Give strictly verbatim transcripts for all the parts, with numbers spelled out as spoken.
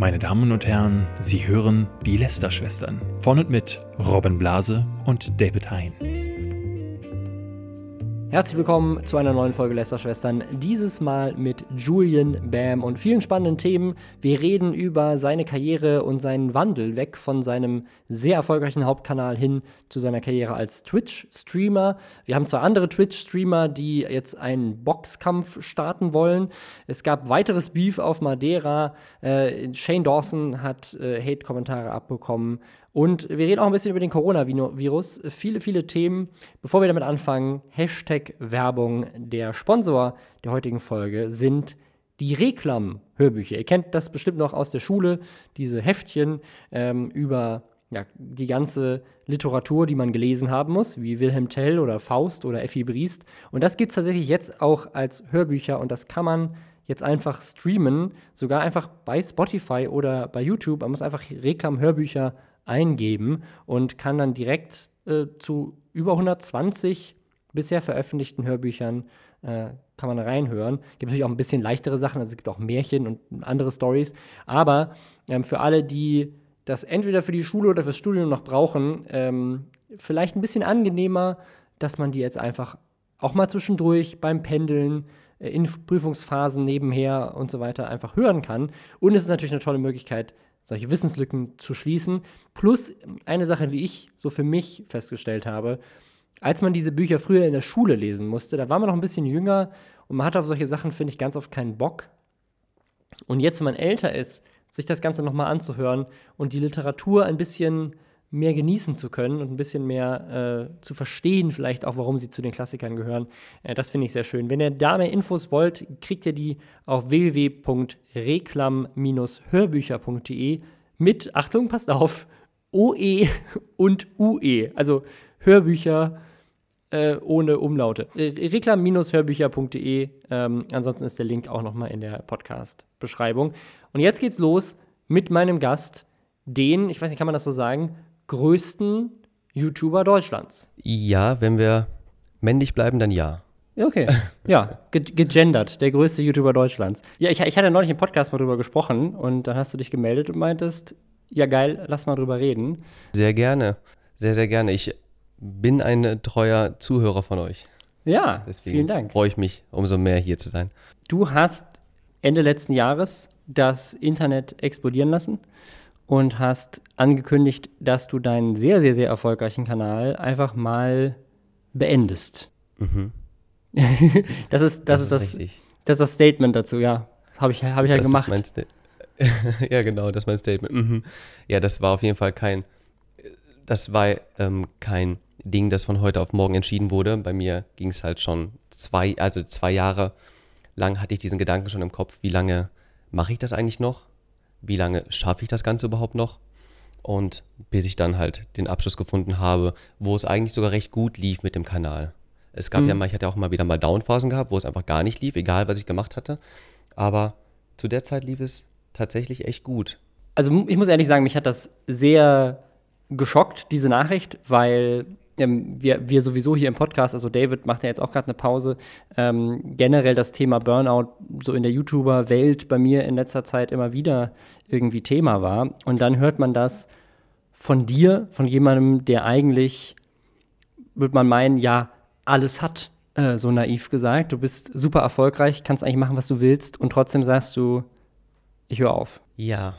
Meine Damen und Herren, Sie hören die Lästerschwestern von und mit Robin Blase und David Hein. Herzlich willkommen zu einer neuen Folge Lästerschwestern, dieses Mal mit Julian Bam und vielen spannenden Themen. Wir reden über seine Karriere und seinen Wandel weg von seinem sehr erfolgreichen Hauptkanal hin zu seiner Karriere als Twitch-Streamer. Wir haben zwei andere Twitch-Streamer, die jetzt einen Boxkampf starten wollen. Es gab weiteres Beef auf Madeira. Äh, Shane Dawson hat äh, Hate-Kommentare abbekommen. Und wir reden auch ein bisschen über den Coronavirus. Viele, viele Themen. Bevor wir damit anfangen, Hashtag Werbung. Der Sponsor der heutigen Folge sind die Reklam-Hörbücher. Ihr kennt das bestimmt noch aus der Schule, diese Heftchen ähm, über ja, die ganze Literatur, die man gelesen haben muss, wie Wilhelm Tell oder Faust oder Effi Briest. Und das gibt es tatsächlich jetzt auch als Hörbücher und das kann man jetzt einfach streamen, sogar einfach bei Spotify oder bei YouTube. Man muss einfach Reklam-Hörbücher eingeben und kann dann direkt äh, zu über hundertzwanzig bisher veröffentlichten Hörbüchern äh, kann man reinhören. Gibt natürlich auch ein bisschen leichtere Sachen, also es gibt auch Märchen und andere Storys, aber ähm, für alle, die das entweder für die Schule oder fürs Studium noch brauchen, ähm, vielleicht ein bisschen angenehmer, dass man die jetzt einfach auch mal zwischendurch beim Pendeln äh, in Prüfungsphasen nebenher und so weiter einfach hören kann. Und es ist natürlich eine tolle Möglichkeit, solche Wissenslücken zu schließen. Plus eine Sache, wie ich so für mich festgestellt habe, als man diese Bücher früher in der Schule lesen musste, da war man noch ein bisschen jünger und man hatte auf solche Sachen, finde ich, ganz oft keinen Bock. Und jetzt, wenn man älter ist, sich das Ganze nochmal anzuhören und die Literatur ein bisschen mehr genießen zu können und ein bisschen mehr äh, zu verstehen, vielleicht auch, warum sie zu den Klassikern gehören. Äh, das finde ich sehr schön. Wenn ihr da mehr Infos wollt, kriegt ihr die auf w w w punkt reklam hörbücher punkt d e mit, Achtung, passt auf, O E und U E, also Hörbücher äh, ohne Umlaute. Äh, reklam hörbücher punkt d e, ähm, ansonsten ist der Link auch nochmal in der Podcast-Beschreibung. Und jetzt geht's los mit meinem Gast, den, ich weiß nicht, kann man das so sagen, größten YouTuber Deutschlands. Ja, wenn wir männlich bleiben, dann ja. Okay, ja, ge- gegendert, der größte YouTuber Deutschlands. Ja, ich, ich hatte neulich im Podcast mal drüber gesprochen und dann hast du dich gemeldet und meintest, ja geil, lass mal drüber reden. Sehr gerne, sehr, sehr gerne. Ich bin ein treuer Zuhörer von euch. Ja, Deswegen vielen Dank. freue ich mich, umso mehr hier zu sein. Du hast Ende letzten Jahres das Internet explodieren lassen und hast angekündigt, dass du deinen sehr, sehr, sehr erfolgreichen Kanal einfach mal beendest. Mhm. das ist das, Das ist ist das, richtig. das ist das Statement dazu, ja. Habe ich, hab ich ja Das gemacht. ist mein Sta- ja, genau, das ist mein Statement. Mhm. Ja, das war auf jeden Fall kein, das war ähm, kein Ding, das von heute auf morgen entschieden wurde. Bei mir ging es halt schon zwei, also zwei Jahre lang hatte ich diesen Gedanken schon im Kopf, wie lange mache ich das eigentlich noch? Wie lange schaffe ich das Ganze überhaupt noch? Und bis ich dann halt den Abschluss gefunden habe, wo es eigentlich sogar recht gut lief mit dem Kanal. Es gab Mhm. ja mal, ich hatte ja auch mal wieder mal Downphasen gehabt, wo es einfach gar nicht lief, egal was ich gemacht hatte. Aber zu der Zeit lief es tatsächlich echt gut. Also ich muss ehrlich sagen, mich hat das sehr geschockt, diese Nachricht, weil ähm, wir, wir sowieso hier im Podcast, also David macht ja jetzt auch gerade eine Pause, ähm, generell das Thema Burnout so in der YouTuber-Welt bei mir in letzter Zeit immer wieder irgendwie Thema war. Und dann hört man das von dir, von jemandem, der eigentlich, würde man meinen, ja, alles hat, äh, so naiv gesagt. Du bist super erfolgreich, kannst eigentlich machen, was du willst und trotzdem sagst du, ich höre auf. Ja.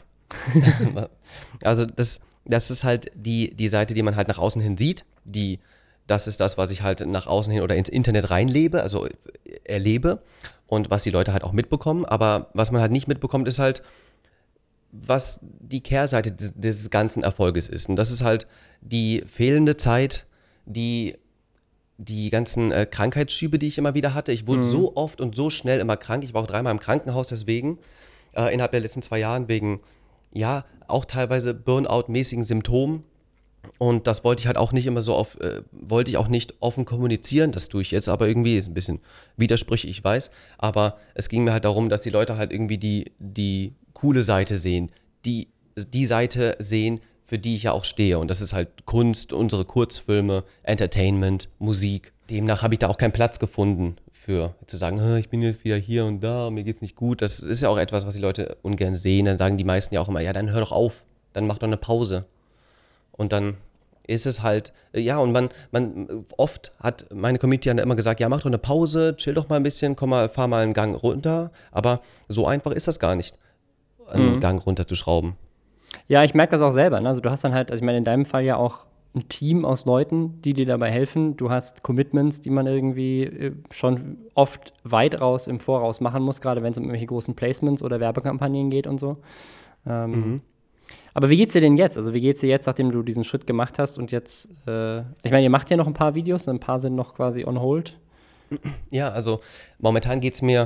Also das, das ist halt die, die Seite, die man halt nach außen hin sieht. Die, das ist das, was ich halt nach außen hin oder ins Internet reinlebe, also erlebe und was die Leute halt auch mitbekommen. Aber was man halt nicht mitbekommt, ist halt, was die Kehrseite des, des ganzen Erfolges ist. Und das ist halt die fehlende Zeit, die, die ganzen äh, Krankheitsschübe, die ich immer wieder hatte. Ich wurde Mhm. so oft und so schnell immer krank. Ich war auch dreimal im Krankenhaus deswegen, äh, innerhalb der letzten zwei Jahren, wegen, ja, auch teilweise Burnout-mäßigen Symptomen. Und das wollte ich halt auch nicht immer so auf, äh, wollte ich auch nicht offen kommunizieren. Das tue ich jetzt aber irgendwie, ist ein bisschen widersprüchlich, ich weiß. Aber es ging mir halt darum, dass die Leute halt irgendwie die, die coole Seite sehen, die, die Seite sehen, für die ich ja auch stehe. Und das ist halt Kunst, unsere Kurzfilme, Entertainment, Musik. Demnach habe ich da auch keinen Platz gefunden für zu sagen, ich bin jetzt wieder hier und da, mir geht's nicht gut. Das ist ja auch etwas, was die Leute ungern sehen. Dann sagen die meisten ja auch immer, ja, dann hör doch auf, dann mach doch eine Pause. Und dann ist es halt, ja, und man, man, oft hat meine Community dann immer gesagt, ja, mach doch eine Pause, chill doch mal ein bisschen, komm mal, fahr mal einen Gang runter. Aber so einfach ist das gar nicht, einen mhm. Gang runterzuschrauben. Ja, ich merke das auch selber. Ne? Also du hast dann halt, also ich meine, in deinem Fall ja auch ein Team aus Leuten, die dir dabei helfen. Du hast Commitments, die man irgendwie schon oft weit raus im Voraus machen muss, gerade wenn es um irgendwelche großen Placements oder Werbekampagnen geht und so. Ähm, mhm. Aber wie geht's dir denn jetzt? Also wie geht's dir jetzt, nachdem du diesen Schritt gemacht hast und jetzt, äh, ich meine, ihr macht ja noch ein paar Videos, ein paar sind noch quasi on hold. Ja, also momentan geht's mir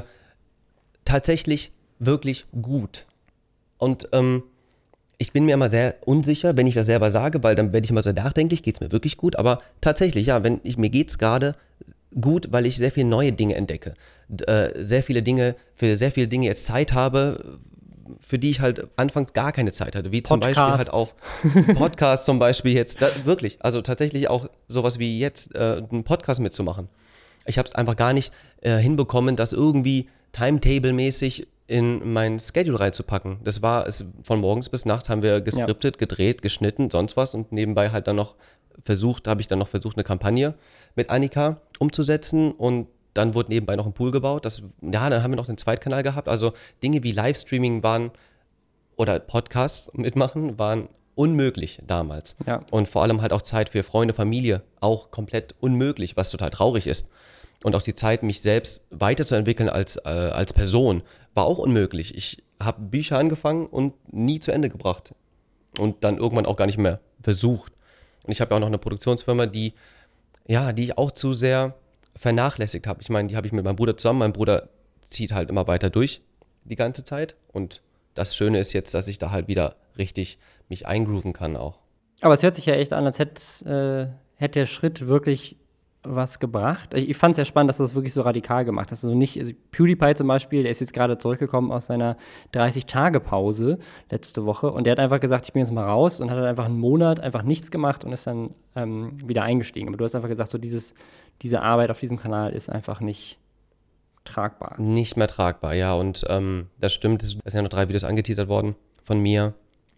tatsächlich wirklich gut. Und ähm, ich bin mir immer sehr unsicher, wenn ich das selber sage, weil dann werde ich immer so nachdenklich, geht es mir wirklich gut, aber tatsächlich, ja, wenn ich, mir geht es gerade gut, weil ich sehr viele neue Dinge entdecke, D- äh, sehr viele Dinge, für sehr viele Dinge jetzt Zeit habe, für die ich halt anfangs gar keine Zeit hatte, wie zum Podcasts. Beispiel halt auch Podcasts zum Beispiel jetzt, da, wirklich, also tatsächlich auch sowas wie jetzt, äh, einen Podcast mitzumachen. Ich habe es einfach gar nicht äh, hinbekommen, das irgendwie timetable-mäßig in mein Schedule reinzupacken. Das war es, von morgens bis nachts haben wir geskriptet, ja. gedreht, geschnitten, sonst was und nebenbei halt dann noch versucht, habe ich dann noch versucht, eine Kampagne mit Annika umzusetzen und dann wurde nebenbei noch ein Pool gebaut. Das, ja, dann haben wir noch den Zweitkanal gehabt. Also Dinge wie Livestreaming waren oder Podcasts mitmachen waren unmöglich damals. Ja. Und vor allem halt auch Zeit für Freunde, Familie auch komplett unmöglich, was total traurig ist. Und auch die Zeit, mich selbst weiterzuentwickeln als, äh, als Person, war auch unmöglich. Ich habe Bücher angefangen und nie zu Ende gebracht. Und dann irgendwann auch gar nicht mehr versucht. Und ich habe ja auch noch eine Produktionsfirma, die, ja, die ich auch zu sehr vernachlässigt habe. Ich meine, die habe ich mit meinem Bruder zusammen. Mein Bruder zieht halt immer weiter durch die ganze Zeit. Und das Schöne ist jetzt, dass ich da halt wieder richtig mich eingrooven kann auch. Aber es hört sich ja echt an, als hätte, äh, hätte der Schritt wirklich was gebracht. Ich, ich fand es ja spannend, dass du das wirklich so radikal gemacht hast. Also nicht, also PewDiePie zum Beispiel, der ist jetzt gerade zurückgekommen aus seiner dreißig-Tage-Pause letzte Woche und der hat einfach gesagt, ich bin jetzt mal raus und hat dann einfach einen Monat einfach nichts gemacht und ist dann ähm, wieder eingestiegen. Aber du hast einfach gesagt, so dieses, diese Arbeit auf diesem Kanal ist einfach nicht tragbar. Nicht mehr tragbar, ja. Und ähm, das stimmt, es sind ja noch drei Videos angeteasert worden von mir,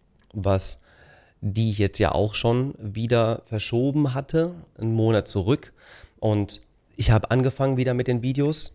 was die ich jetzt ja auch schon wieder verschoben hatte, einen Monat zurück. Und ich habe angefangen wieder mit den Videos.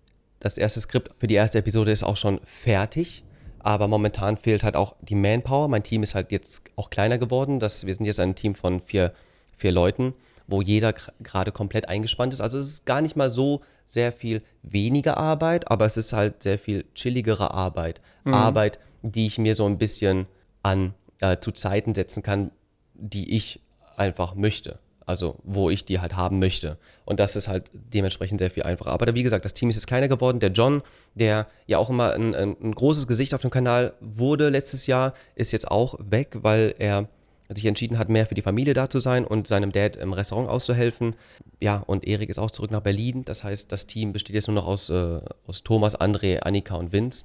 Das erste Skript für die erste Episode ist auch schon fertig, aber momentan fehlt halt auch die Manpower. Mein Team ist halt jetzt auch kleiner geworden. Das, wir sind jetzt ein Team von vier, vier Leuten, wo jeder gerade komplett eingespannt ist. Also es ist gar nicht mal so sehr viel weniger Arbeit, aber es ist halt sehr viel chilligere Arbeit. Mhm. Arbeit, die ich mir so ein bisschen an Äh, zu Zeiten setzen kann, die ich einfach möchte. Also wo ich die halt haben möchte. Und das ist halt dementsprechend sehr viel einfacher. Aber wie gesagt, das Team ist jetzt kleiner geworden. Der John, der ja auch immer ein, ein, ein großes Gesicht auf dem Kanal wurde letztes Jahr, ist jetzt auch weg, weil er sich entschieden hat, mehr für die Familie da zu sein und seinem Dad im Restaurant auszuhelfen. Ja, und Erik ist auch zurück nach Berlin. Das heißt, das Team besteht jetzt nur noch aus, äh, aus Thomas, André, Annika und Vince.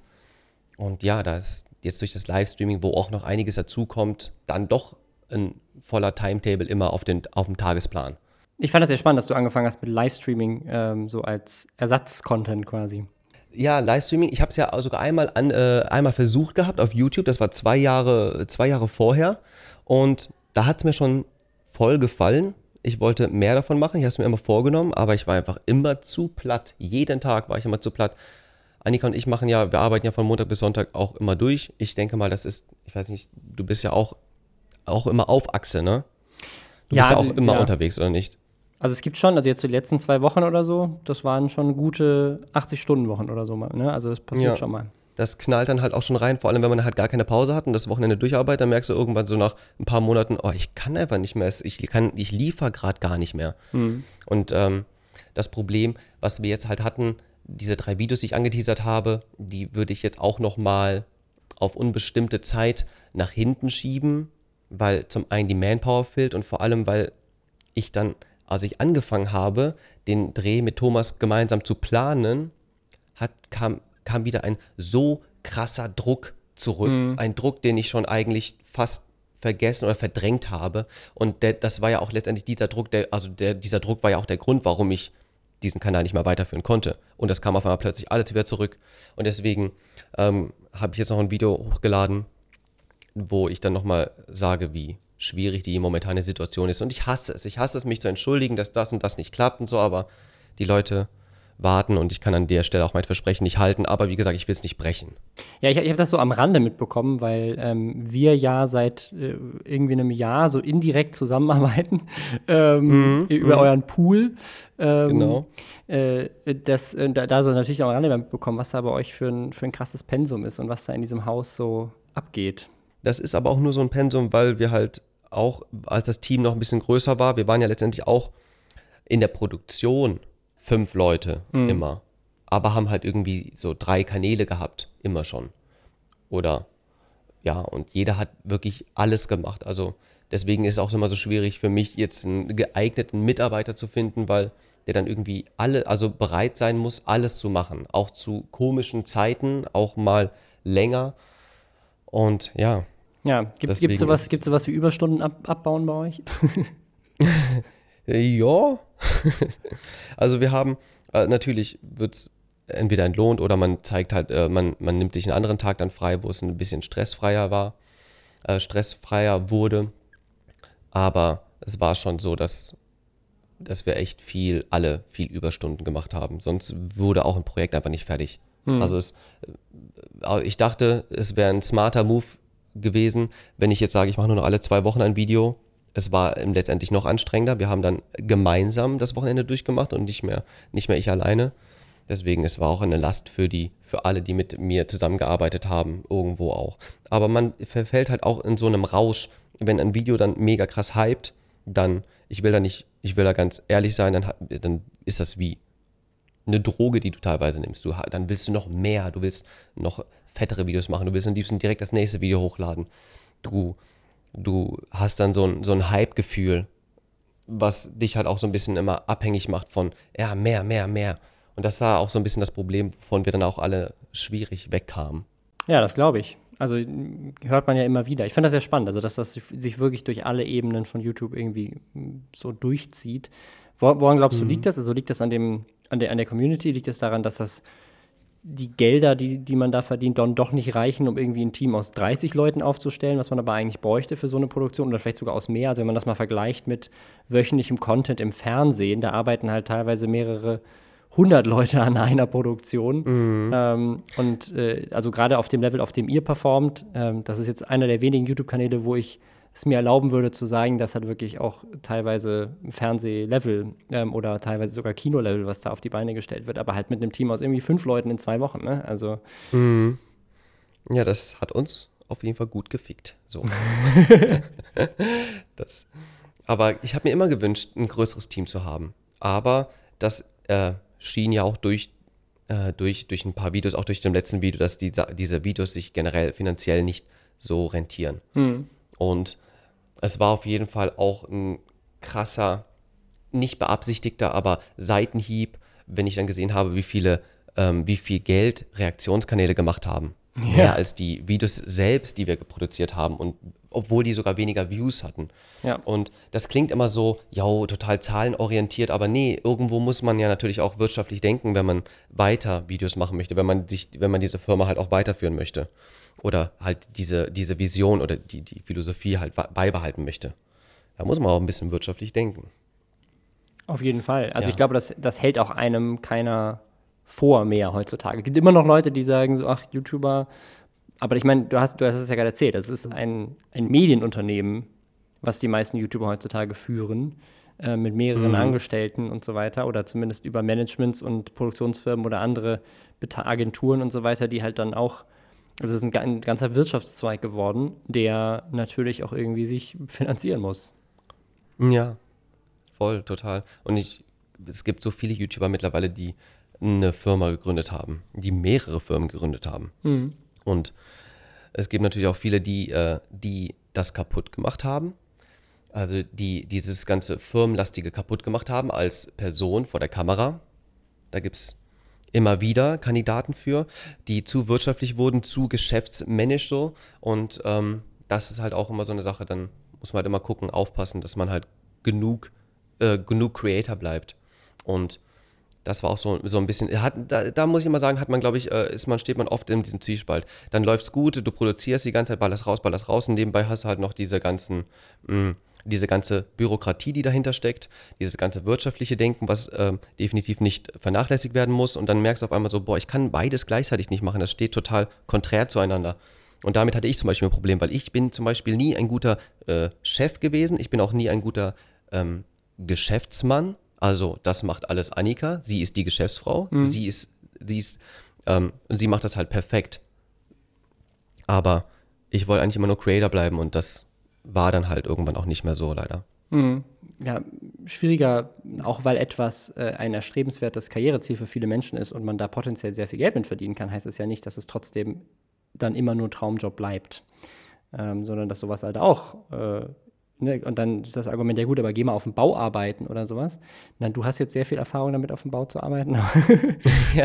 Und ja, da ist jetzt durch das Livestreaming, wo auch noch einiges dazukommt, dann doch ein voller Timetable immer auf, den, auf dem Tagesplan. Ich fand das sehr spannend, dass du angefangen hast mit Livestreaming, ähm, so als Ersatzcontent quasi. Ja, Livestreaming, ich habe es ja sogar einmal, an, äh, einmal versucht gehabt auf YouTube, das war zwei Jahre, zwei Jahre vorher und da hat es mir schon voll gefallen. Ich wollte mehr davon machen, ich habe es mir immer vorgenommen, aber ich war einfach immer zu platt. Jeden Tag war ich immer zu platt. Annika und ich machen ja, wir arbeiten ja von Montag bis Sonntag auch immer durch. Ich denke mal, das ist, ich weiß nicht, du bist ja auch, auch immer auf Achse, ne? Du ja, bist ja also, auch immer ja. unterwegs, oder nicht? Also es gibt schon, also jetzt die letzten zwei Wochen oder so, das waren schon gute achtzig-Stunden-Wochen oder so mal, ne? Also das passiert ja, schon mal. Das knallt dann halt auch schon rein, vor allem wenn man halt gar keine Pause hat und das Wochenende durcharbeitet, dann merkst du irgendwann so nach ein paar Monaten, oh, ich kann einfach nicht mehr, ich, kann, ich liefere gerade gar nicht mehr. Mhm. Und ähm, das Problem, was wir jetzt halt hatten, diese drei Videos, die ich angeteasert habe, die würde ich jetzt auch nochmal auf unbestimmte Zeit nach hinten schieben, weil zum einen die Manpower fehlt und vor allem, weil ich dann, als ich angefangen habe, den Dreh mit Thomas gemeinsam zu planen, hat, kam, kam wieder ein so krasser Druck zurück. Mhm. Ein Druck, den ich schon eigentlich fast vergessen oder verdrängt habe. Und der, das war ja auch letztendlich dieser Druck, der, also der, dieser Druck war ja auch der Grund, warum ich diesen Kanal nicht mehr weiterführen konnte. Und das kam auf einmal plötzlich alles wieder zurück. Und deswegen ähm, habe ich jetzt noch ein Video hochgeladen, wo ich dann nochmal sage, wie schwierig die momentane Situation ist. Und ich hasse es. Ich hasse es, mich zu entschuldigen, dass das und das nicht klappt und so, aber die Leute warten und ich kann an der Stelle auch mein Versprechen nicht halten. Aber wie gesagt, ich will es nicht brechen. Ja, ich, ich habe das so am Rande mitbekommen, weil ähm, wir ja seit äh, irgendwie einem Jahr so indirekt zusammenarbeiten ähm, Mhm, über mhm. euren Pool. Ähm, Genau. Äh, das, äh, da, da so natürlich auch am Rande mitbekommen, was da bei euch für ein, für ein krasses Pensum ist und was da in diesem Haus so abgeht. Das ist aber auch nur so ein Pensum, weil wir halt auch, als das Team noch ein bisschen größer war, wir waren ja letztendlich auch in der Produktion fünf Leute Mhm. immer, aber haben halt irgendwie so drei Kanäle gehabt, immer schon. Oder ja, und jeder hat wirklich alles gemacht. Also deswegen ist es auch immer so schwierig für mich, jetzt einen geeigneten Mitarbeiter zu finden, weil der dann irgendwie alle, also bereit sein muss, alles zu machen. Auch zu komischen Zeiten, auch mal länger. Und ja, Ja, gibt es Deswegen sowas, ist- gibt's sowas wie Überstunden ab, abbauen bei euch? Äh, Ja, also wir haben, äh, natürlich wird es entweder entlohnt oder man zeigt halt, äh, man, man nimmt sich einen anderen Tag dann frei, wo es ein bisschen stressfreier war, äh, stressfreier wurde. Aber es war schon so, dass, dass wir echt viel, alle viel Überstunden gemacht haben. Sonst wurde auch ein Projekt einfach nicht fertig. Also es, äh, ich dachte, es wäre ein smarter Move gewesen, wenn ich jetzt sage, ich mache nur noch alle zwei Wochen ein Video. Es war ähm, letztendlich noch anstrengender. Wir haben dann gemeinsam das Wochenende durchgemacht und nicht mehr, nicht mehr ich alleine. Deswegen, es war auch eine Last für die, für alle, die mit mir zusammengearbeitet haben, irgendwo auch. Aber man verfällt halt auch in so einem Rausch, wenn ein Video dann mega krass hypt, dann, ich will da nicht, ich will da ganz ehrlich sein, dann, ha- dann ist das wie eine Droge, die du teilweise nimmst. Du, ha- dann willst du noch mehr, du willst noch fettere Videos machen, du willst am liebsten direkt das nächste Video hochladen. Du, du hast dann so ein, so ein Hype-Gefühl, was dich halt auch so ein bisschen immer abhängig macht von, ja, mehr, mehr, mehr. Und das war auch so ein bisschen das Problem, wovon wir dann auch alle schwierig wegkamen. Ja, das glaube ich. Also m, hört man ja immer wieder. Ich finde das sehr spannend, also dass das sich- sich wirklich durch alle Ebenen von YouTube irgendwie m, so durchzieht. Wo, woran glaubst du, liegt das? Also liegt das an dem, an der, an der Community? Liegt es daran, dass das die Gelder, die, die man da verdient, dann doch nicht reichen, um irgendwie ein Team aus dreißig Leuten aufzustellen, was man aber eigentlich bräuchte für so eine Produktion oder vielleicht sogar aus mehr? Also wenn man das mal vergleicht mit wöchentlichem Content im Fernsehen, da arbeiten halt teilweise mehrere hundert Leute an einer Produktion. Ähm, und äh, also gerade auf dem Level, auf dem ihr performt, ähm, das ist jetzt einer der wenigen YouTube-Kanäle, wo ich es mir erlauben würde zu sagen, das hat wirklich auch teilweise Fernsehlevel ähm, oder teilweise sogar Kinolevel, was da auf die Beine gestellt wird, aber halt mit einem Team aus irgendwie fünf Leuten in zwei Wochen, ne? Also Ja, das hat uns auf jeden Fall gut gefickt. So. das, aber ich habe mir immer gewünscht, ein größeres Team zu haben. Aber das äh, schien ja auch durch, äh, durch, durch ein paar Videos, auch durch dem letzten Video, dass die, diese Videos sich generell finanziell nicht so rentieren. Und es war auf jeden Fall auch ein krasser, nicht beabsichtigter, aber Seitenhieb, wenn ich dann gesehen habe, wie viele, ähm, wie viel Geld Reaktionskanäle gemacht haben. Ja. Mehr als die Videos selbst, die wir produziert haben. Und obwohl die sogar weniger Views hatten. Ja. Und das klingt immer so, ja, total zahlenorientiert, aber nee, irgendwo muss man ja natürlich auch wirtschaftlich denken, wenn man weiter Videos machen möchte, wenn man sich, wenn man diese Firma halt auch weiterführen möchte. Oder halt diese, diese Vision oder die, die Philosophie halt wa- beibehalten möchte. Da muss man auch ein bisschen wirtschaftlich denken. Auf jeden Fall. Also Ja. ich glaube, das, das hält auch einem keiner vor mehr heutzutage. Es gibt immer noch Leute, die sagen so, ach, YouTuber, aber ich meine, du hast, du hast es ja gerade erzählt, das ist ein, ein Medienunternehmen, was die meisten YouTuber heutzutage führen, äh, mit mehreren Angestellten und so weiter oder zumindest über Managements und Produktionsfirmen oder andere Beta- Agenturen und so weiter, die halt dann auch, also es ist ein, ga- ein ganzer Wirtschaftszweig geworden, der natürlich auch irgendwie sich finanzieren muss. Ja, voll, total. Und ich, es gibt so viele YouTuber mittlerweile, die eine Firma gegründet haben, die mehrere Firmen gegründet haben. Und es gibt natürlich auch viele, die, äh, die das kaputt gemacht haben. Also die dieses ganze Firmenlastige kaputt gemacht haben als Person vor der Kamera. Da gibt es immer wieder Kandidaten für, die zu wirtschaftlich wurden, zu geschäftsmännisch so. Und ähm, das ist halt auch immer so eine Sache, dann muss man halt immer gucken, aufpassen, dass man halt genug, äh, genug Creator bleibt. Und das war auch so, so ein bisschen, hat, da, da muss ich immer sagen, hat man, glaube ich, äh, ist man, steht man oft in diesem Zwiespalt. Dann läuft's gut, du produzierst die ganze Zeit, ballerst raus, ballerst raus und nebenbei hast du halt noch diese ganzen, mh, diese ganze Bürokratie, die dahinter steckt, dieses ganze wirtschaftliche Denken, was äh, definitiv nicht vernachlässigt werden muss und dann merkst du auf einmal so, boah, ich kann beides gleichzeitig nicht machen, das steht total konträr zueinander. Und damit hatte ich zum Beispiel ein Problem, weil ich bin zum Beispiel nie ein guter äh, Chef gewesen, ich bin auch nie ein guter ähm, Geschäftsmann. Also das macht alles Annika, sie ist die Geschäftsfrau, mhm. sie ist, sie ist, ähm, sie macht das halt perfekt. Aber ich wollte eigentlich immer nur Creator bleiben und das war dann halt irgendwann auch nicht mehr so, leider. Mhm. Ja, schwieriger, auch weil etwas äh, ein erstrebenswertes Karriereziel für viele Menschen ist und man da potenziell sehr viel Geld mit verdienen kann, heißt es ja nicht, dass es trotzdem dann immer nur Traumjob bleibt, ähm, sondern dass sowas halt auch äh, Ne, und dann ist das Argument, ja gut, aber geh mal auf dem Bau arbeiten oder sowas. Na, du hast jetzt sehr viel Erfahrung damit, auf dem Bau zu arbeiten. Ja,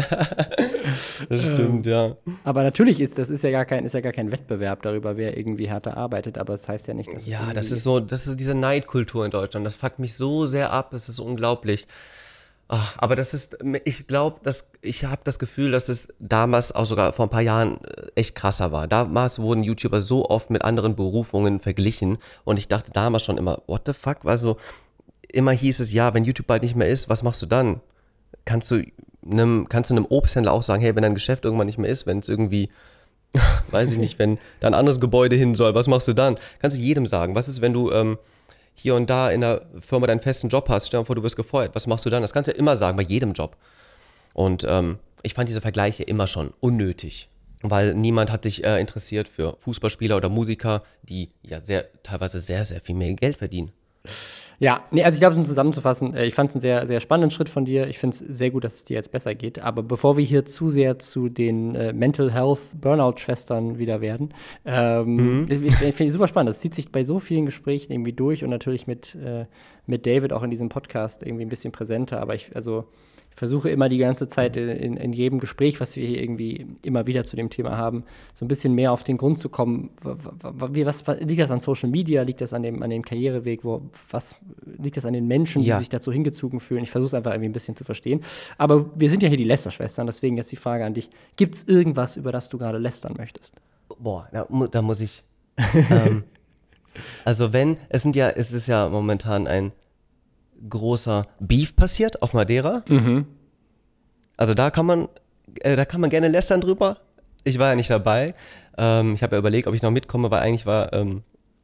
das stimmt, ähm, ja. Aber natürlich ist das ist ja gar kein, ist ja gar kein Wettbewerb darüber, wer irgendwie härter arbeitet, aber es das heißt ja nicht, dass es Ja, das ist so, das ist so diese Neidkultur in Deutschland, das fuckt mich so sehr ab, es ist unglaublich. Ach, aber das ist, ich glaube, dass ich habe das Gefühl, dass es damals auch sogar vor ein paar Jahren echt krasser war. Damals wurden YouTuber so oft mit anderen Berufungen verglichen und ich dachte damals schon immer, what the fuck? Also immer hieß es, ja, wenn YouTube bald nicht mehr ist, was machst du dann? Kannst du einem, kannst du einem Obsthändler auch sagen, hey, wenn dein Geschäft irgendwann nicht mehr ist, wenn es irgendwie, weiß ich nicht, wenn da ein anderes Gebäude hin soll, was machst du dann? Kannst du jedem sagen. Was ist, wenn du ähm, hier und da in der Firma deinen festen Job hast, stell dir vor, du wirst gefeuert, was machst du dann? Das kannst du ja immer sagen, bei jedem Job. Und ähm, ich fand diese Vergleiche immer schon unnötig, weil niemand hat sich äh, interessiert für Fußballspieler oder Musiker, die ja sehr teilweise sehr, sehr viel mehr Geld verdienen. Ja, nee, also ich glaube, um zusammenzufassen, äh, ich fand es einen sehr, sehr spannenden Schritt von dir. Ich finde es sehr gut, dass es dir jetzt besser geht. Aber bevor wir hier zu sehr zu den äh, Mental Health Burnout-Schwestern wieder werden, ähm, mhm. ich, ich finde es super spannend. Das zieht sich bei so vielen Gesprächen irgendwie durch und natürlich mit, äh, mit David auch in diesem Podcast irgendwie ein bisschen präsenter. Aber ich, also ich versuche immer die ganze Zeit in, in jedem Gespräch, was wir hier irgendwie immer wieder zu dem Thema haben, so ein bisschen mehr auf den Grund zu kommen. Wie, was, was, liegt das an Social Media? Liegt das an dem, an dem Karriereweg? Wo, was liegt das an den Menschen, die ja. sich dazu hingezogen fühlen? Ich versuche es einfach irgendwie ein bisschen zu verstehen. Aber wir sind ja hier die Lästerschwestern, deswegen jetzt die Frage an dich. Gibt es irgendwas, über das du gerade lästern möchtest? Boah, da, da muss ich ähm, also wenn, es sind ja, es ist ja momentan ein großer Beef passiert auf Madeira. Mhm. Also da kann man, äh, da kann man gerne lästern drüber. Ich war ja nicht dabei. Ähm, ich habe ja überlegt, ob ich noch mitkomme, weil eigentlich war, ähm,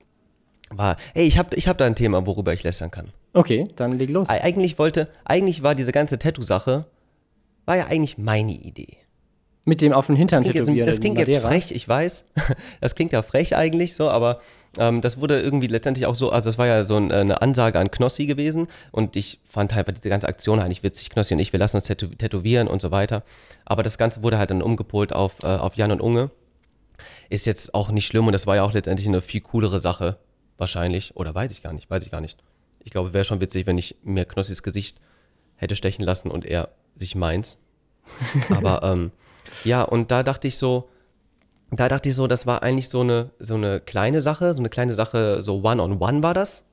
war, hey, ich habe ich hab da ein Thema, worüber ich lästern kann. Okay, dann leg los. Eig- eigentlich wollte, eigentlich war diese ganze Tattoo-Sache, war ja eigentlich meine Idee. Mit dem auf den Hintern tätowieren. Das klingt jetzt frech, ich weiß. Das klingt ja frech eigentlich so, aber ähm, das wurde irgendwie letztendlich auch so, also das war ja so ein, eine Ansage an Knossi gewesen und ich fand halt diese ganze Aktion eigentlich witzig. Knossi und ich, wir lassen uns tätow- tätowieren und so weiter. Aber das Ganze wurde halt dann umgepolt auf, äh, auf Jan und Unge. Ist jetzt auch nicht schlimm und das war ja auch letztendlich eine viel coolere Sache wahrscheinlich. Oder weiß ich gar nicht, weiß ich gar nicht. Ich glaube, wäre schon witzig, wenn ich mir Knossis Gesicht hätte stechen lassen und er sich meins. Aber ähm, ja, und da dachte ich so, da dachte ich so, das war eigentlich so eine, so eine kleine Sache, so eine kleine Sache, so One-on-One war das.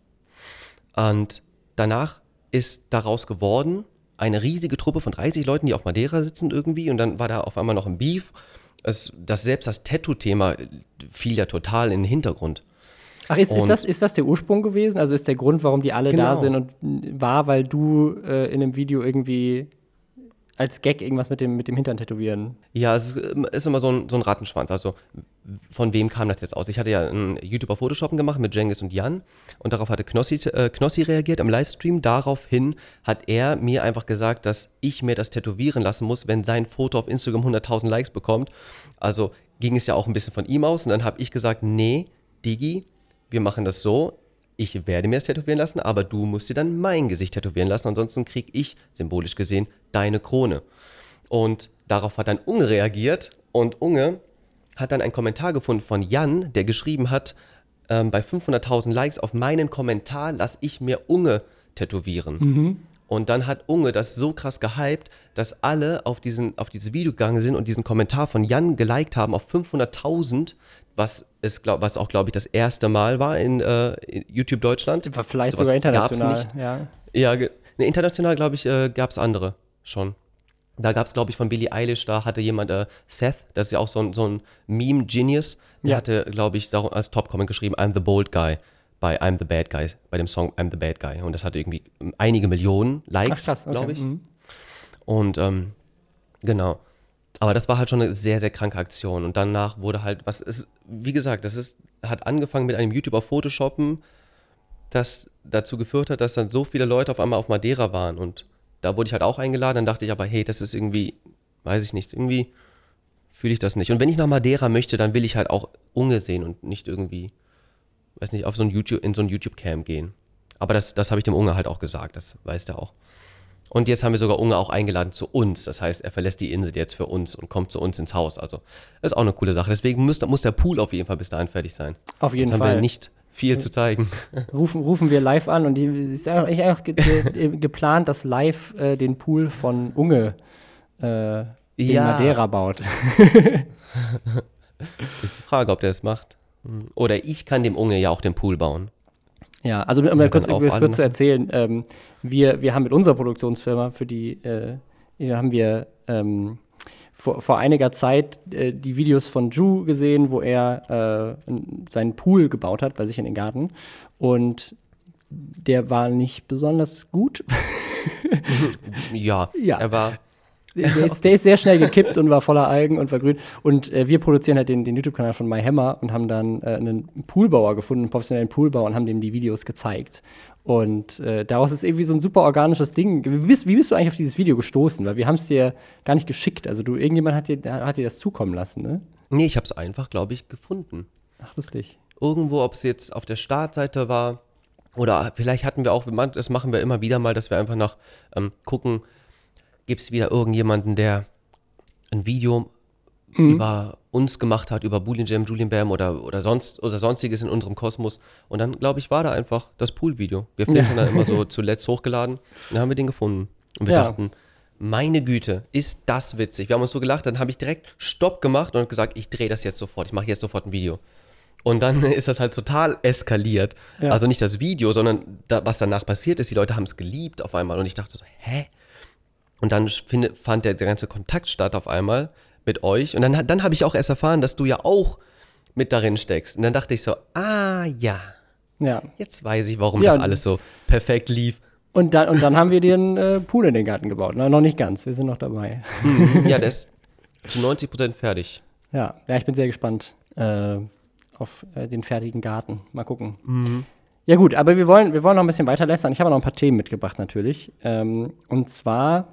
Und danach ist daraus geworden eine riesige Truppe von dreißig Leuten, die auf Madeira sitzen irgendwie und dann war da auf einmal noch ein Beef. Es, das, selbst das Tattoo-Thema fiel ja total in den Hintergrund. Ach, ist, ist, das, ist das der Ursprung gewesen? Also ist der Grund, warum die alle genau. da sind und war, weil du äh, in einem Video irgendwie als Gag irgendwas mit dem, mit dem Hintern tätowieren? Ja, es ist immer so ein, so ein Rattenschwanz. Also von wem kam das jetzt aus? Ich hatte ja ein YouTuber-Photoshoppen gemacht mit Cengiz und Jan und darauf hatte Knossi, äh, Knossi reagiert im Livestream. Daraufhin hat er mir einfach gesagt, dass ich mir das tätowieren lassen muss, wenn sein Foto auf Instagram hunderttausend Likes bekommt. Also ging es ja auch ein bisschen von ihm aus und dann habe ich gesagt, nee, Digi, wir machen das so, ich werde mir das tätowieren lassen, aber du musst dir dann mein Gesicht tätowieren lassen, ansonsten kriege ich, symbolisch gesehen, deine Krone. Und darauf hat dann Unge reagiert und Unge hat dann einen Kommentar gefunden von Jan, der geschrieben hat, ähm, bei fünfhunderttausend Likes auf meinen Kommentar lasse ich mir Unge tätowieren. Mhm. Und dann hat Unge das so krass gehypt, dass alle auf, diesen, auf dieses Video gegangen sind und diesen Kommentar von Jan geliked haben auf fünfhunderttausend, was, ist, glaub, was auch, glaube ich, das erste Mal war in, äh, in YouTube Deutschland. War vielleicht so sogar international. Ja, ja ge- ne, international, glaube ich, äh, gab es andere. schon. Da gab es, glaube ich, von Billie Eilish, da hatte jemand, äh, Seth, das ist ja auch so ein, so ein Meme-Genius, der Ja. hatte, glaube ich, darum als Top-Comment geschrieben, I'm the bold guy, bei I'm the bad guy, bei dem Song I'm the bad guy. Und das hatte irgendwie einige Millionen Likes, Ach krass, okay. glaube ich. Mhm. Und ähm, genau. Aber das war halt schon eine sehr, sehr kranke Aktion. Und danach wurde halt, was ist, wie gesagt, das ist, hat angefangen mit einem YouTuber Photoshoppen, das dazu geführt hat, dass dann so viele Leute auf einmal auf Madeira waren. Und da wurde ich halt auch eingeladen. Dann dachte ich aber, hey, das ist irgendwie, weiß ich nicht, irgendwie fühle ich das nicht. Und wenn ich nach Madeira möchte, dann will ich halt auch Unge sehen und nicht irgendwie, weiß nicht, auf so ein YouTube, in so ein YouTube-Camp gehen. Aber das, das habe ich dem Unge halt auch gesagt, das weiß der auch. Und jetzt haben wir sogar Unge auch eingeladen zu uns. Das heißt, er verlässt die Insel jetzt für uns und kommt zu uns ins Haus. Also, das ist auch eine coole Sache. Deswegen muss, muss der Pool auf jeden Fall bis dahin fertig sein. Auf jeden Jetzt haben Fall. wir nicht viel zu zeigen. Rufen, rufen wir live an und die ist eigentlich auch ge ge geplant, dass live äh, den Pool von Unge äh, in Ja. Madeira baut. Ist die Frage, ob der das macht. Oder ich kann dem Unge ja auch den Pool bauen. Ja, also um mal Ja, kurz, dann auch kurz, alle kurz zu erzählen, ähm, wir, wir haben mit unserer Produktionsfirma, für die äh, hier haben wir ähm, vor, vor einiger Zeit äh, die Videos von Ju gesehen, wo er äh, seinen Pool gebaut hat bei sich in den Garten und der war nicht besonders gut. Ja, Ja. er war. Der ist, der ist sehr schnell gekippt und war voller Algen und vergrünt. Und äh, wir produzieren halt den, den YouTube-Kanal von MyHammer und haben dann äh, einen Poolbauer gefunden, einen professionellen Poolbauer und haben dem die Videos gezeigt. Und äh, daraus ist irgendwie so ein super organisches Ding. Wie bist, wie bist du eigentlich auf dieses Video gestoßen? Weil wir haben es dir gar nicht geschickt. Also du, irgendjemand hat dir, hat dir das zukommen lassen, ne? Nee, ich habe es einfach, glaube ich, gefunden. Ach, lustig. Irgendwo, ob es jetzt auf der Startseite war oder vielleicht hatten wir auch, das machen wir immer wieder mal, dass wir einfach nach ähm, gucken, gibt es wieder irgendjemanden, der ein Video Mhm. über uns gemacht hat, über Boolean Jam, Julian Bam oder, oder, sonst, oder sonstiges in unserem Kosmos. Und dann, glaube ich, war da einfach das Pool-Video. Wir haben Ja. dann immer so zuletzt hochgeladen und dann haben wir den gefunden. Und wir Ja. dachten, meine Güte, ist das witzig. Wir haben uns so gelacht, dann habe ich direkt Stopp gemacht und gesagt, ich drehe das jetzt sofort, ich mache jetzt sofort ein Video. Und dann ist das halt total eskaliert. Ja. Also nicht das Video, sondern da, was danach passiert ist. Die Leute haben es geliebt auf einmal. Und ich dachte so, hä? Und dann finde, fand der, der ganze Kontakt statt auf einmal mit euch. Und dann, dann habe ich auch erst erfahren, dass du ja auch mit darin steckst. Und dann dachte ich so, ah ja, Ja. jetzt weiß ich, warum Ja, das und- alles so perfekt lief. Und dann, und dann haben wir dir einen äh, Pool in den Garten gebaut. Na, noch nicht ganz, wir sind noch dabei. Mhm, ja, der ist zu neunzig Prozent fertig. Ja, ja, ich bin sehr gespannt äh, auf äh, den fertigen Garten. Mal gucken. Mhm. Ja gut, aber wir wollen, wir wollen noch ein bisschen weiter lästern. Ich habe noch ein paar Themen mitgebracht natürlich. Ähm, und zwar,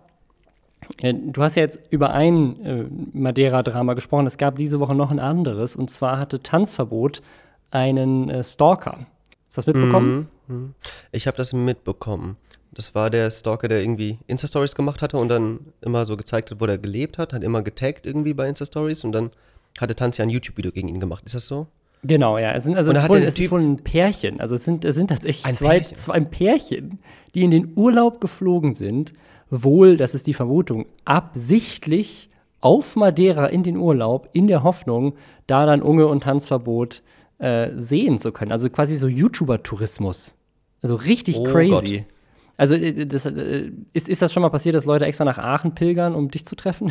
äh, du hast ja jetzt über ein äh, Madeira-Drama gesprochen. Es gab diese Woche noch ein anderes. Und zwar hatte Tanzverbot einen äh, Stalker. Hast du das mitbekommen? Mhm, mhm. Ich habe das mitbekommen. Das war der Stalker, der irgendwie Insta-Stories gemacht hatte und dann immer so gezeigt hat, wo er gelebt hat, hat immer getaggt irgendwie bei Insta-Stories und dann hatte Tanzi ein YouTube-Video gegen ihn gemacht. Ist das so? Genau, ja. Es, sind, also Und es, da ist hat wohl, der es ist Typ- wohl ein Pärchen. Also es sind, es sind tatsächlich Ein zwei, Pärchen? zwei ein Pärchen, die in den Urlaub geflogen sind. Wohl, das ist die Vermutung, absichtlich auf Madeira in den Urlaub, in der Hoffnung, da dann Unge und Tanzverbot äh, sehen zu können. Also quasi so YouTuber-Tourismus. Also richtig Oh crazy. Gott. Also äh, das, äh, ist, ist das schon mal passiert, dass Leute extra nach Aachen pilgern, um dich zu treffen?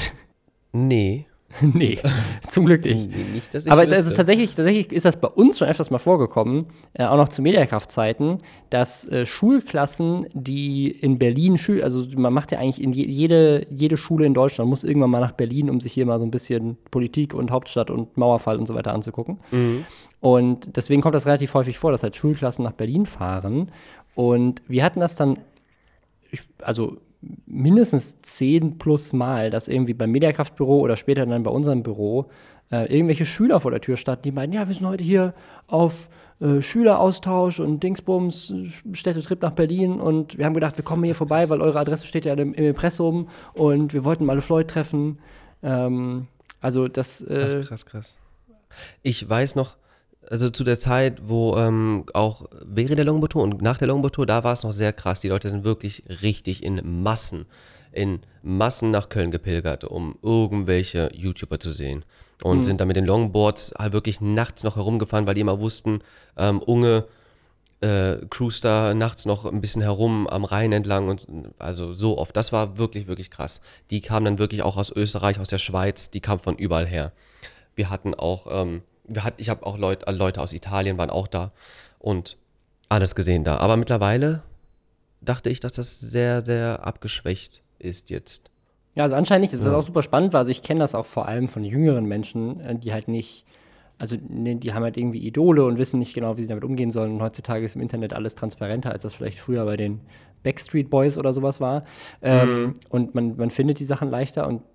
Nee. Nee, zum Glück nicht. Nee, nicht, dass ich Aber wüsste. also tatsächlich, tatsächlich ist das bei uns schon öfters mal vorgekommen, äh, auch noch zu Mediakraft-Zeiten, dass äh, Schulklassen, die in Berlin, Schül also man macht ja eigentlich in je jede, jede Schule in Deutschland, muss irgendwann mal nach Berlin, um sich hier mal so ein bisschen Politik und Hauptstadt und Mauerfall und so weiter anzugucken. Mhm. Und deswegen kommt das relativ häufig vor, dass halt Schulklassen nach Berlin fahren. Und wir hatten das dann, ich, also mindestens zehn plus Mal, dass irgendwie beim Mediakraftbüro oder später dann bei unserem Büro äh, irgendwelche Schüler vor der Tür standen, die meinten, ja, wir sind heute hier auf äh, Schüleraustausch und Dingsbums, Städtetrip nach Berlin und wir haben gedacht, wir kommen hier vorbei, weil eure Adresse steht ja im, im Impressum und wir wollten mal Floyd treffen. Ähm, also das äh, Ach, krass, krass. Ich weiß noch, also zu der Zeit, wo ähm, auch während der Longboard Tour und nach der Longboard Tour, da war es noch sehr krass. Die Leute sind wirklich richtig in Massen, in Massen nach Köln gepilgert, um irgendwelche YouTuber zu sehen. Und Mhm. sind dann mit den Longboards halt wirklich nachts noch herumgefahren, weil die immer wussten, ähm, Unge äh, cruist da nachts noch ein bisschen herum am Rhein entlang und also so oft. Das war wirklich, wirklich krass. Die kamen dann wirklich auch aus Österreich, aus der Schweiz, die kamen von überall her. Wir hatten auch, ähm, wir hatten, ich habe auch Leut, Leute aus Italien waren auch da und alles gesehen da. Aber mittlerweile dachte ich, dass das sehr, sehr abgeschwächt ist jetzt. Ja, also anscheinend nicht, das Ja. auch super spannend war. Also ich kenne das auch vor allem von jüngeren Menschen, äh, die halt nicht, also ne, die haben halt irgendwie Idole und wissen nicht genau, wie sie damit umgehen sollen. Und heutzutage ist im Internet alles transparenter, als das vielleicht früher bei den Backstreet Boys oder sowas war. Ähm, und man, man findet die Sachen leichter. Und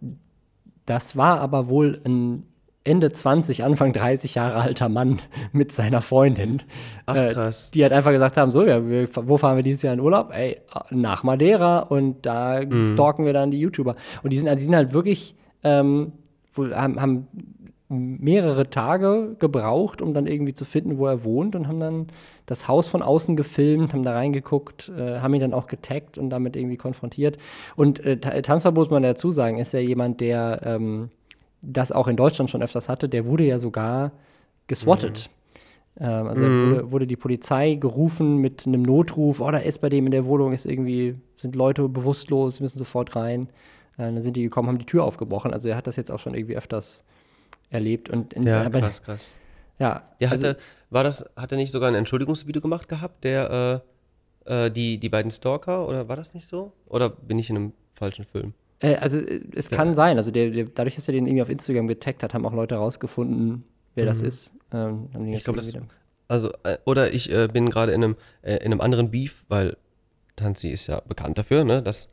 das war aber wohl ein Ende zwanzig, Anfang dreißig Jahre alter Mann mit seiner Freundin. Ach, äh, krass. Die halt einfach gesagt haben, so, ja, wir, wo fahren wir dieses Jahr in Urlaub? Ey, nach Madeira und da stalken wir dann die YouTuber. Und die sind, also die sind halt wirklich, ähm, wohl, haben, haben mehrere Tage gebraucht, um dann irgendwie zu finden, wo er wohnt und haben dann das Haus von außen gefilmt, haben da reingeguckt, äh, haben ihn dann auch getaggt und damit irgendwie konfrontiert. Und äh, Tanzverbot, muss man dazu sagen, ist ja jemand, der ähm, das auch in Deutschland schon öfters hatte, der wurde ja sogar geswattet. Mhm. Ähm, also mhm. wurde, wurde die Polizei gerufen mit einem Notruf, oh, da ist bei dem in der Wohnung, ist irgendwie, sind Leute bewusstlos, müssen sofort rein. Äh, dann sind die gekommen, haben die Tür aufgebrochen. Also er hat das jetzt auch schon irgendwie öfters erlebt. Und in, Ja, aber, krass, krass. Ja, Der also, hatte, war das, hat er nicht sogar ein Entschuldigungsvideo gemacht gehabt, der, äh, äh, die, die beiden Stalker, oder war das nicht so? Oder bin ich in einem falschen Film? Äh, also äh, es Ja. kann sein, also der, der, dadurch, dass er den irgendwie auf Instagram getaggt hat, haben auch Leute rausgefunden, wer Mhm. das ist. Ähm, haben die Ich jetzt glaube, das, wieder- also, äh, oder ich äh, bin gerade in einem, äh, in einem anderen Beef, weil Tanzi ist ja bekannt dafür, ne, dass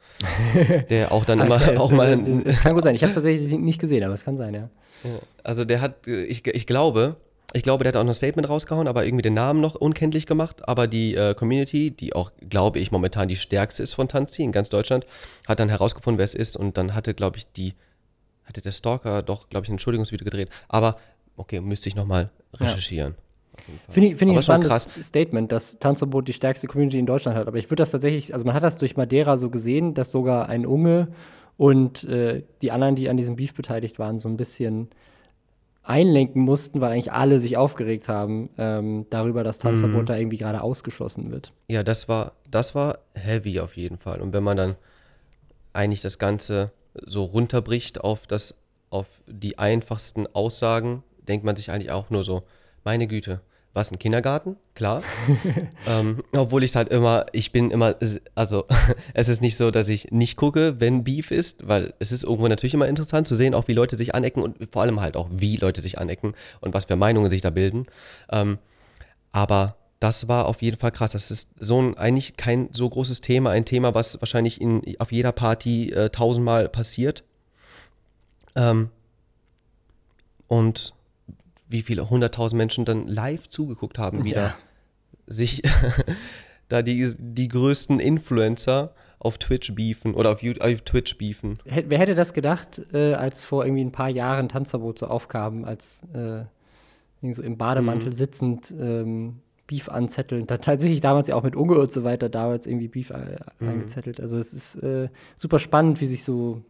der auch dann Ah, immer, es- auch es- mal, es- Es kann gut sein. Ich habe es tatsächlich nicht gesehen, aber es kann sein, ja. ja, also der hat, äh, ich, ich glaube, ich glaube, der hat auch noch ein Statement rausgehauen, aber irgendwie den Namen noch unkenntlich gemacht, aber die äh, Community, die auch, glaube ich, momentan die stärkste ist von Tanzi in ganz Deutschland, hat dann herausgefunden, wer es ist und dann hatte, glaube ich, die, hatte der Stalker doch, glaube ich, ein Entschuldigungsvideo gedreht, aber okay, müsste ich nochmal recherchieren. Auf jeden Fall. Finde ich, find ich Aber ein schon spannendes krass. Statement, dass Tanzverbot die stärkste Community in Deutschland hat. Aber ich würde das tatsächlich, also man hat das durch Madeira so gesehen, dass sogar ein Unge und äh, die anderen, die an diesem Beef beteiligt waren, so ein bisschen einlenken mussten, weil eigentlich alle sich aufgeregt haben ähm, darüber, dass Tanzverbot Mhm. da irgendwie gerade ausgeschlossen wird. Ja, das war, das war heavy auf jeden Fall. Und wenn man dann eigentlich das Ganze so runterbricht auf das, auf die einfachsten Aussagen, denkt man sich eigentlich auch nur so, meine Güte, was, ein Kindergarten? Klar. ähm, obwohl ich es halt immer, ich bin immer, also es ist nicht so, dass ich nicht gucke, wenn Beef ist, weil es ist irgendwo natürlich immer interessant zu sehen, auch wie Leute sich anecken und vor allem halt auch, wie Leute sich anecken und was für Meinungen sich da bilden. Ähm, aber das war auf jeden Fall krass. Das ist so ein, eigentlich kein so großes Thema, ein Thema, was wahrscheinlich in, auf jeder Party äh, tausendmal passiert. Ähm, und wie viele hunderttausend Menschen dann live zugeguckt haben, wie Ja. da sich da die, die größten Influencer auf Twitch beefen oder auf, YouTube, auf Twitch beefen. Hät- Wer hätte das gedacht, äh, als vor irgendwie ein paar Jahren Tanzverbot so aufkam, als äh, irgendwie so im Bademantel Mhm. sitzend ähm, Beef anzetteln. Da tatsächlich damals ja auch mit Unge und so weiter damals irgendwie Beef äh, Mhm. angezettelt. Also es ist äh, super spannend, wie sich so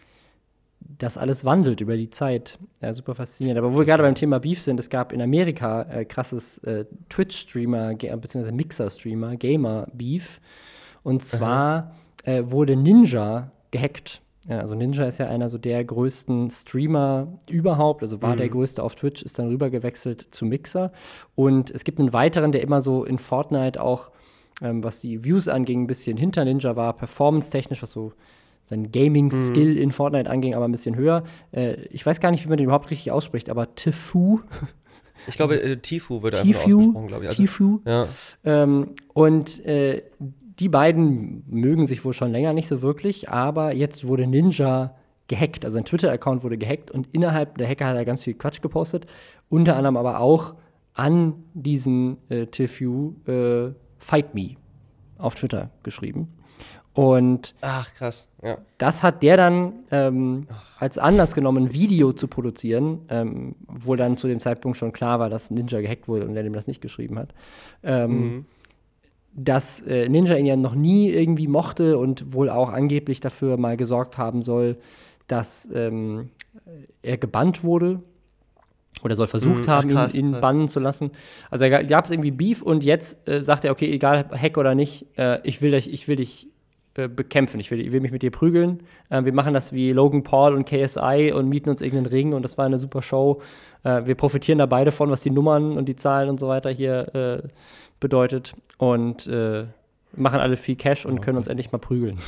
das alles wandelt über die Zeit. Ja, super faszinierend. Aber wo wir gerade beim Thema Beef sind, es gab in Amerika äh, krasses äh, Twitch-Streamer, ge- beziehungsweise Mixer-Streamer, Gamer-Beef. Und zwar äh, wurde Ninja gehackt. Ja, also Ninja ist ja einer so der größten Streamer überhaupt, also war Mhm. der größte auf Twitch, ist dann rübergewechselt zu Mixer. Und es gibt einen weiteren, der immer so in Fortnite auch, ähm, was die Views anging, ein bisschen hinter Ninja war, performance-technisch, was so sein Gaming-Skill in Fortnite anging, aber ein bisschen höher. Äh, ich weiß gar nicht, wie man den überhaupt richtig ausspricht, aber Tifu, Ich glaube, äh, Tifu wird einfach nur Tifu, ausgesprochen, glaube ich. Also, Tifu. ja. Ähm, und äh, die beiden mögen sich wohl schon länger nicht so wirklich, aber jetzt wurde Ninja gehackt. Also ein Twitter-Account wurde gehackt und innerhalb der Hacker hat er ganz viel Quatsch gepostet. Unter anderem aber auch an diesen äh, Tifu äh, Fight Me auf Twitter geschrieben. Und Ach, krass. Ja. das hat der dann ähm, als Anlass genommen, ein Video zu produzieren, ähm, obwohl dann zu dem Zeitpunkt schon klar war, dass Ninja gehackt wurde und er dem das nicht geschrieben hat. Ähm, Mhm. Dass äh, Ninja ihn ja noch nie irgendwie mochte und wohl auch angeblich dafür mal gesorgt haben soll, dass ähm, er gebannt wurde oder soll versucht Mhm, ach, haben, krass, ihn, ihn krass. bannen zu lassen. Also da gab es irgendwie Beef und jetzt äh, sagt er, okay, egal, Hack oder nicht, äh, ich will dich, ich will dich äh, bekämpfen, ich will, ich will mich mit dir prügeln. Äh, wir machen das wie Logan Paul und K S I und mieten uns irgendeinen Ring und das war eine super Show. Äh, wir profitieren da beide von, was die Nummern und die Zahlen und so weiter hier äh, bedeutet und äh, machen alle viel Cash und Oh können uns Gott. endlich mal prügeln.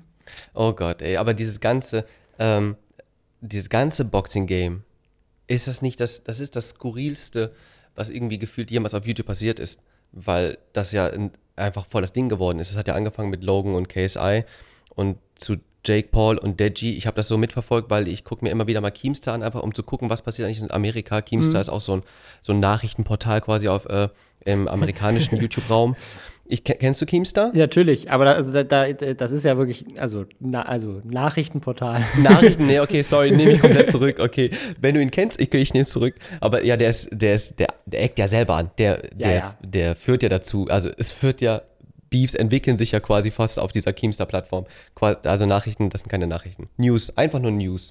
Oh Gott, ey, aber dieses ganze, ähm, dieses ganze Boxing-Game, ist das nicht das, das ist das Skurrilste, was irgendwie gefühlt jemals auf YouTube passiert ist, weil das ja ein, einfach voll das Ding geworden ist. Es hat ja angefangen mit Logan und K S I und zu Jake Paul und Deji. Ich habe das so mitverfolgt, weil ich gucke mir immer wieder mal Keemstar an, einfach um zu gucken, was passiert eigentlich in Amerika. Keemstar Mhm. ist auch so ein, so ein Nachrichtenportal quasi auf, äh, im amerikanischen YouTube-Raum. Ich, kennst du Keemstar? Ja, natürlich, aber da, also da, da, das ist ja wirklich, also, na, also Nachrichtenportal. Nachrichten, nee, okay, sorry, nehme ich komplett zurück, okay. Wenn du ihn kennst, ich, ich nehme es zurück. Aber ja, der ist, der ist, der, der eckt ja selber an. Der, der, ja. der führt ja dazu, also es führt ja, Beefs entwickeln sich ja quasi fast auf dieser Keemstar-Plattform. Qua- Also Nachrichten, das sind keine Nachrichten. News, einfach nur News,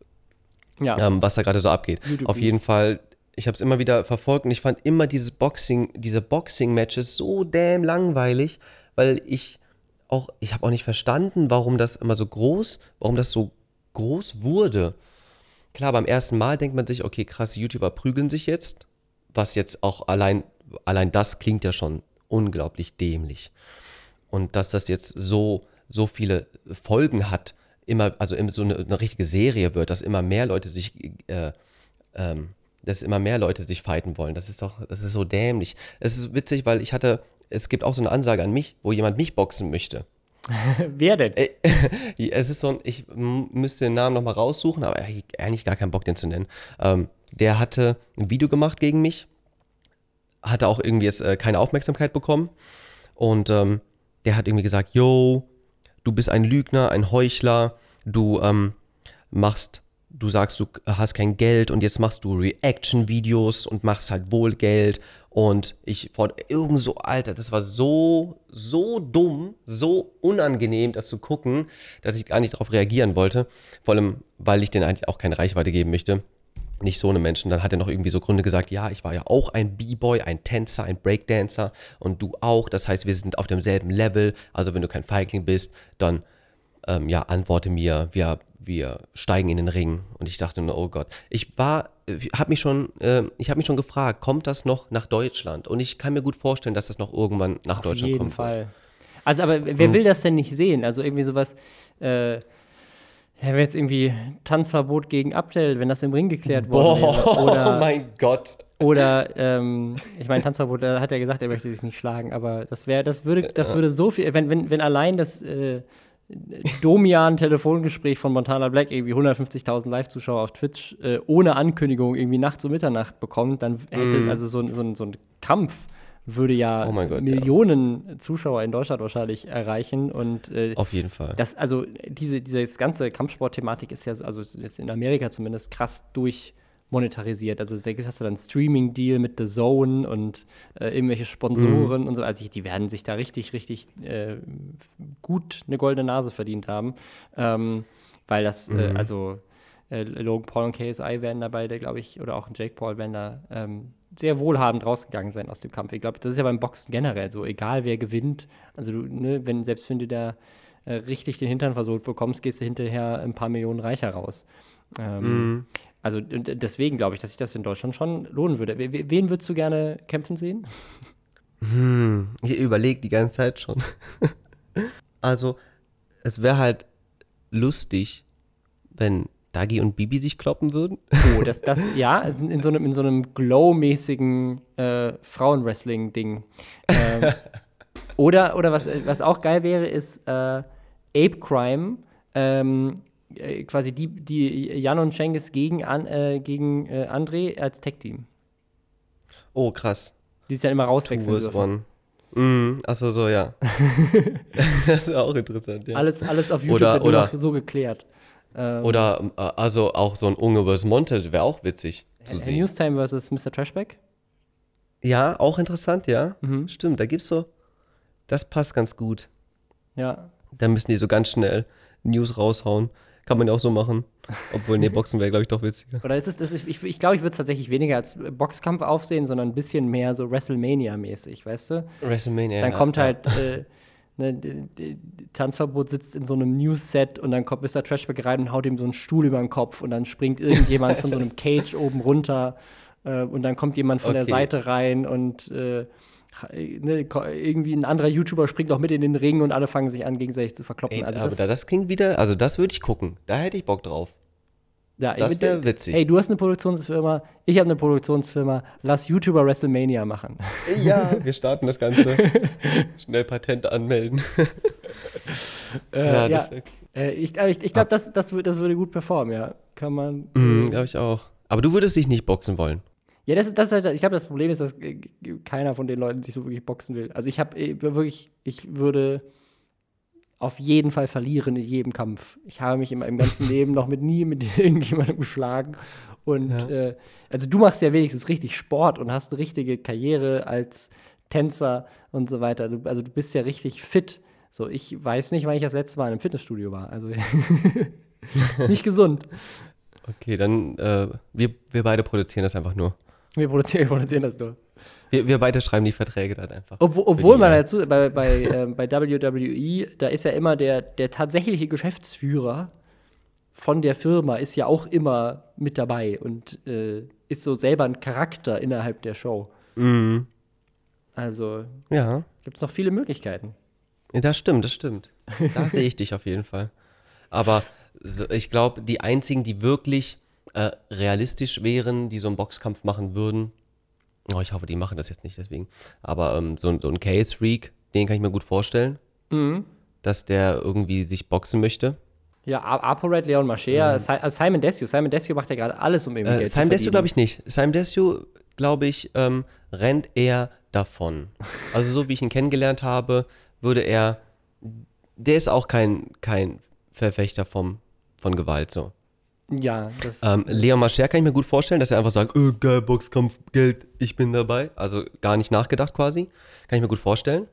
Ja, ähm, was da gerade so abgeht. YouTube Auf jeden News. Fall, ich habe es immer wieder verfolgt und ich fand immer dieses Boxing, diese Boxing-Matches so damn langweilig, weil ich auch, ich habe auch nicht verstanden, warum das immer so groß, warum das so groß wurde. Klar, beim ersten Mal denkt man sich, okay, krass, YouTuber prügeln sich jetzt, was jetzt auch allein, allein das klingt ja schon unglaublich dämlich. Und dass das jetzt so, so viele Folgen hat, immer, also immer so eine, eine richtige Serie wird, dass immer mehr Leute sich, äh, ähm, dass immer mehr Leute sich fighten wollen. Das ist doch, das ist so dämlich. Es ist witzig, weil ich hatte, es gibt auch so eine Ansage an mich, wo jemand mich boxen möchte. Wer denn? Ey, es ist so ein, ich m- müsste den Namen nochmal raussuchen, aber eigentlich eigentlich gar keinen Bock, den zu nennen. Ähm, der hatte ein Video gemacht gegen mich, hatte auch irgendwie jetzt äh, keine Aufmerksamkeit bekommen und ähm, der hat irgendwie gesagt, yo, du bist ein Lügner, ein Heuchler, du ähm, machst, du sagst, du hast kein Geld und jetzt machst du Reaction-Videos und machst halt wohl Geld und ich fand irgend so, Alter, das war so, so dumm, so unangenehm, das zu gucken, dass ich gar nicht darauf reagieren wollte, vor allem, weil ich denen eigentlich auch keine Reichweite geben möchte. Nicht so eine Menschen. Dann hat er noch irgendwie so Gründe gesagt, ja, ich war ja auch ein B-Boy, ein Tänzer, ein Breakdancer und du auch. Das heißt, wir sind auf demselben Level. Also wenn du kein Feigling bist, dann ähm, ja, antworte mir, wir, wir steigen in den Ring. Und ich dachte nur, oh Gott. Ich war, habe mich schon, äh, ich habe mich schon gefragt, kommt das noch nach Deutschland? Und ich kann mir gut vorstellen, dass das noch irgendwann nach Auf Deutschland jeden kommen Fall. wird. Also, aber wer Hm. will das denn nicht sehen? Also irgendwie sowas, äh, ja, wäre jetzt irgendwie Tanzverbot gegen Abdel, wenn das im Ring geklärt worden wäre. Boah, Oder, oh mein Gott. oder ähm, ich meine, Tanzverbot, da hat er gesagt, er möchte sich nicht schlagen, aber das wäre, das würde, das würde so viel, wenn, wenn, wenn allein das äh, Domian-Telefongespräch von Montana Black irgendwie hundertfünfzigtausend Live-Zuschauer auf Twitch äh, ohne Ankündigung irgendwie nachts um Mitternacht bekommt, dann hätte, Mm. also so, ein- so, ein- so ein Kampf würde ja Oh mein Gott, ja. Millionen Zuschauer in Deutschland wahrscheinlich erreichen und äh, Auf jeden Fall. das, also diese, diese ganze Kampfsport-Thematik ist ja, so- also ist jetzt in Amerika zumindest krass durchmonetarisiert. Also da hast du dann einen Streaming-Deal mit The Zone und äh, irgendwelche Sponsoren Mhm. und so. Also die, die werden sich da richtig, richtig äh, gut eine goldene Nase verdient haben. Ähm, weil das, äh, Mhm. also äh, Logan Paul und K S I werden dabei, glaube ich, oder auch Jake Paul werden da ähm, sehr wohlhabend rausgegangen sein aus dem Kampf. Ich glaube, das ist ja beim Boxen generell so, egal wer gewinnt. Also du, ne, wenn, selbst wenn du da äh, richtig den Hintern versohlt bekommst, gehst du hinterher ein paar Millionen reicher raus. Ähm, Mhm. Also und deswegen glaube ich, dass sich das in Deutschland schon lohnen würde. We- we- Wen würdest du gerne kämpfen sehen? Hm, ich überlege die ganze Zeit schon. Also, es wäre halt lustig, wenn Dagi und Bibi sich kloppen würden. Oh, das, das, ja, es ist in so einem, in so einem Glow-mäßigen äh, Frauenwrestling-Ding. Ähm, oder, oder was, was auch geil wäre, ist äh, Ape Crime, ähm, äh, quasi die, die Jan und Cengiz gegen, an, äh, gegen äh, André als Tag-Team. Oh, krass. Die sich dann immer Two rauswechseln versus dürfen. one. Mm, achso, so, ja. Das ist auch interessant, ja. Alles, alles auf YouTube Oder- wird nur oder- noch so geklärt. Ähm, Oder, äh, also auch so ein Unge versus Monte wäre auch witzig zu Herr sehen. Newstime versus Mister Trashback. Ja, auch interessant, ja. Mhm. Stimmt, da gibt's so, das passt ganz gut. Ja. Da müssen die so ganz schnell News raushauen. Kann man ja auch so machen. Obwohl, nee, Boxen wäre, glaube ich, doch witziger. Oder ist es, das ist, ich glaube, ich, glaub, ich würde es tatsächlich weniger als Boxkampf aufsehen, sondern ein bisschen mehr so WrestleMania-mäßig, weißt du? WrestleMania, Dann ja, kommt ja. halt, äh, ne, d- d- Tanzverbot sitzt in so einem News-Set und dann kommt Mister Trashback rein und haut ihm so einen Stuhl über den Kopf und dann springt irgendjemand von so einem Cage oben runter äh, und dann kommt jemand von der Okay. Seite rein und äh, ne, ko- irgendwie ein anderer YouTuber springt auch mit in den Ring und alle fangen sich an, gegenseitig zu verkloppen. Ey, also aber das, da, das klingt wieder, also das würde ich gucken. Da hätte ich Bock drauf. ja, das ich- wär witzig. Hey, du hast eine Produktionsfirma, ich habe eine Produktionsfirma, lass YouTuber WrestleMania machen. Ja, wir starten das Ganze. Schnell Patent anmelden. Äh, ja, ja, das wäre. äh, ich ich, ich glaube, das, das, wür- das würde gut performen, ja. Kann man. Mhm, glaube ich auch. Aber du würdest dich nicht boxen wollen. Ja, das ist, das ist halt, ich glaube, das Problem ist, dass äh, keiner von den Leuten sich so wirklich boxen will. Also ich habe wirklich, ich würde auf jeden Fall verlieren in jedem Kampf. Ich habe mich in meinem ganzen Leben noch mit nie mit irgendjemandem geschlagen. Und Ja. äh, also du machst ja wenigstens richtig Sport und hast eine richtige Karriere als Tänzer und so weiter. Du, also du bist ja richtig fit. So, ich weiß nicht, wann ich das letzte Mal in einem Fitnessstudio war. Also nicht gesund. Okay, dann äh, wir, wir beide produzieren das einfach nur. Wir produzieren, wir produzieren das nur. Wir, wir beide schreiben die Verträge dann einfach. Obwohl, obwohl die, man äh, dazu, bei, bei, ähm, bei W W E, da ist ja immer der, der tatsächliche Geschäftsführer von der Firma ist ja auch immer mit dabei und äh, ist so selber ein Charakter innerhalb der Show. Mhm. Also Ja, gibt es noch viele Möglichkeiten. das stimmt, das stimmt. Da sehe ich dich auf jeden Fall. Aber so, ich glaube, die einzigen, die wirklich äh, realistisch wären, die so einen Boxkampf machen würden, oh, ich hoffe, die machen das jetzt nicht deswegen, aber ähm, so, so ein Case-Freak, den kann ich mir gut vorstellen, Mhm. dass der irgendwie sich boxen möchte. Ja, A- ApoRed, Leon Mascher, Si- äh, Simon Desue. Simon Desue macht ja gerade alles, um irgendwie Äh, Geld Simon zu Desue glaube verdienen. ich nicht. Simon Desue, glaube ich, ähm, rennt eher davon. Also so wie ich ihn kennengelernt habe, würde er, der ist auch kein, kein Verfechter vom, von Gewalt so. Ja, das Ähm, Leon Mascher kann ich mir gut vorstellen, dass er einfach sagt, oh, geil, Boxkampf, Geld, ich bin dabei. Also gar nicht nachgedacht quasi. Kann ich mir gut vorstellen.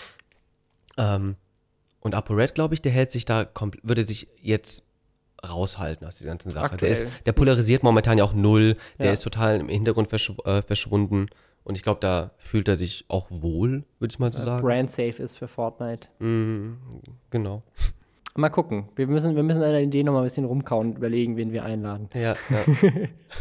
Ähm, und ApoRed, glaube ich, der hält sich da, kompl- würde sich jetzt raushalten aus dieser ganzen Sache. Der, ist, Aktuell. der polarisiert momentan ja auch null. Der Ja. ist total im Hintergrund verschw äh, verschwunden. Und ich glaube, da fühlt er sich auch wohl, würde ich mal so sagen. Brand safe ist für Fortnite. Mm, genau. Mal gucken. Wir müssen, wir müssen an der Idee noch mal ein bisschen rumkauen und überlegen, wen wir einladen. Ja, ja.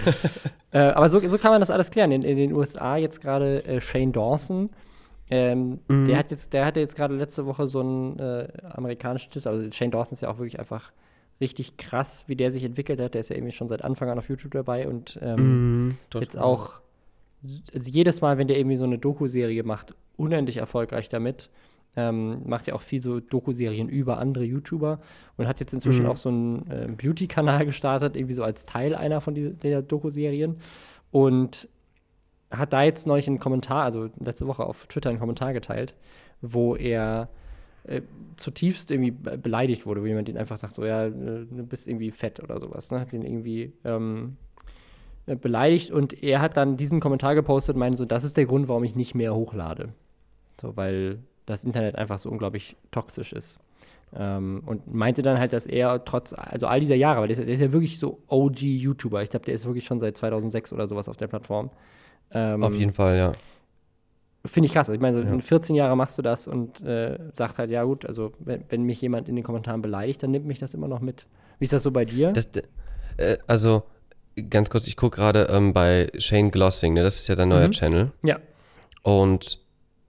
Äh, aber so, so kann man das alles klären. In, in den U S A jetzt gerade äh, Shane Dawson. Ähm, Mhm. der hat jetzt, der hatte jetzt gerade letzte Woche so einen äh, amerikanischen Titel. Also Shane Dawson ist ja auch wirklich einfach richtig krass, wie der sich entwickelt hat. Der ist ja irgendwie schon seit Anfang an auf YouTube dabei und ähm, Mm, total. jetzt auch also jedes Mal, wenn der irgendwie so eine Doku-Serie macht, unendlich erfolgreich damit. Ähm, macht ja auch viel so Doku-Serien über andere YouTuber und hat jetzt inzwischen Mhm. auch so einen äh, Beauty-Kanal gestartet, irgendwie so als Teil einer von die, der Doku-Serien. Und hat da jetzt neulich einen Kommentar, also letzte Woche auf Twitter einen Kommentar geteilt, wo er äh, zutiefst irgendwie be- beleidigt wurde, wo jemand ihn einfach sagt, so, ja, äh, du bist irgendwie fett oder sowas, ne? Hat ihn irgendwie ähm, äh, beleidigt und er hat dann diesen Kommentar gepostet und meinte so, das ist der Grund, warum ich nicht mehr hochlade. So, weil das Internet einfach so unglaublich toxisch ist. Ähm, und meinte dann halt, dass er trotz, also all dieser Jahre, weil der ist, der ist ja wirklich so O G-YouTuber, ich glaube, der ist wirklich schon seit zweitausendsechs oder sowas auf der Plattform. Ähm, Auf jeden Fall, ja. Finde ich krass. Ich meine, so Ja. in vierzehn Jahre machst du das und äh, sagt halt, ja gut, also wenn, wenn mich jemand in den Kommentaren beleidigt, dann nimmt mich das immer noch mit. Wie ist das so bei dir? Das, äh, also, ganz kurz, ich gucke gerade ähm, bei Shane Glossing, ne? Das ist ja dein neuer Mhm. Channel. Ja. Und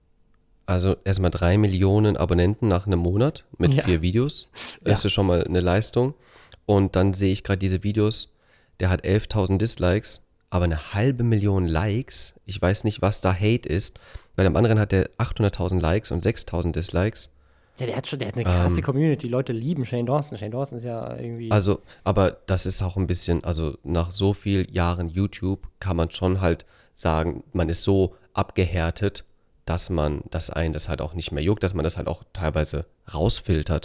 also erstmal drei Millionen Abonnenten nach einem Monat mit Ja. vier Videos. Ja. Das ist schon mal eine Leistung. Und dann sehe ich gerade diese Videos, der hat elftausend Dislikes, aber eine halbe Million Likes. Ich weiß nicht, was da Hate ist. Bei dem anderen hat der achthunderttausend Likes und sechstausend Dislikes. Ja, der hat schon, der hat eine krasse Ähm, Community. Die Leute lieben Shane Dawson. Shane Dawson ist ja irgendwie. Also, aber das ist auch ein bisschen, also nach so vielen Jahren YouTube kann man schon halt sagen, man ist so abgehärtet, dass man, dass einen das halt auch nicht mehr juckt, dass man das halt auch teilweise rausfiltert.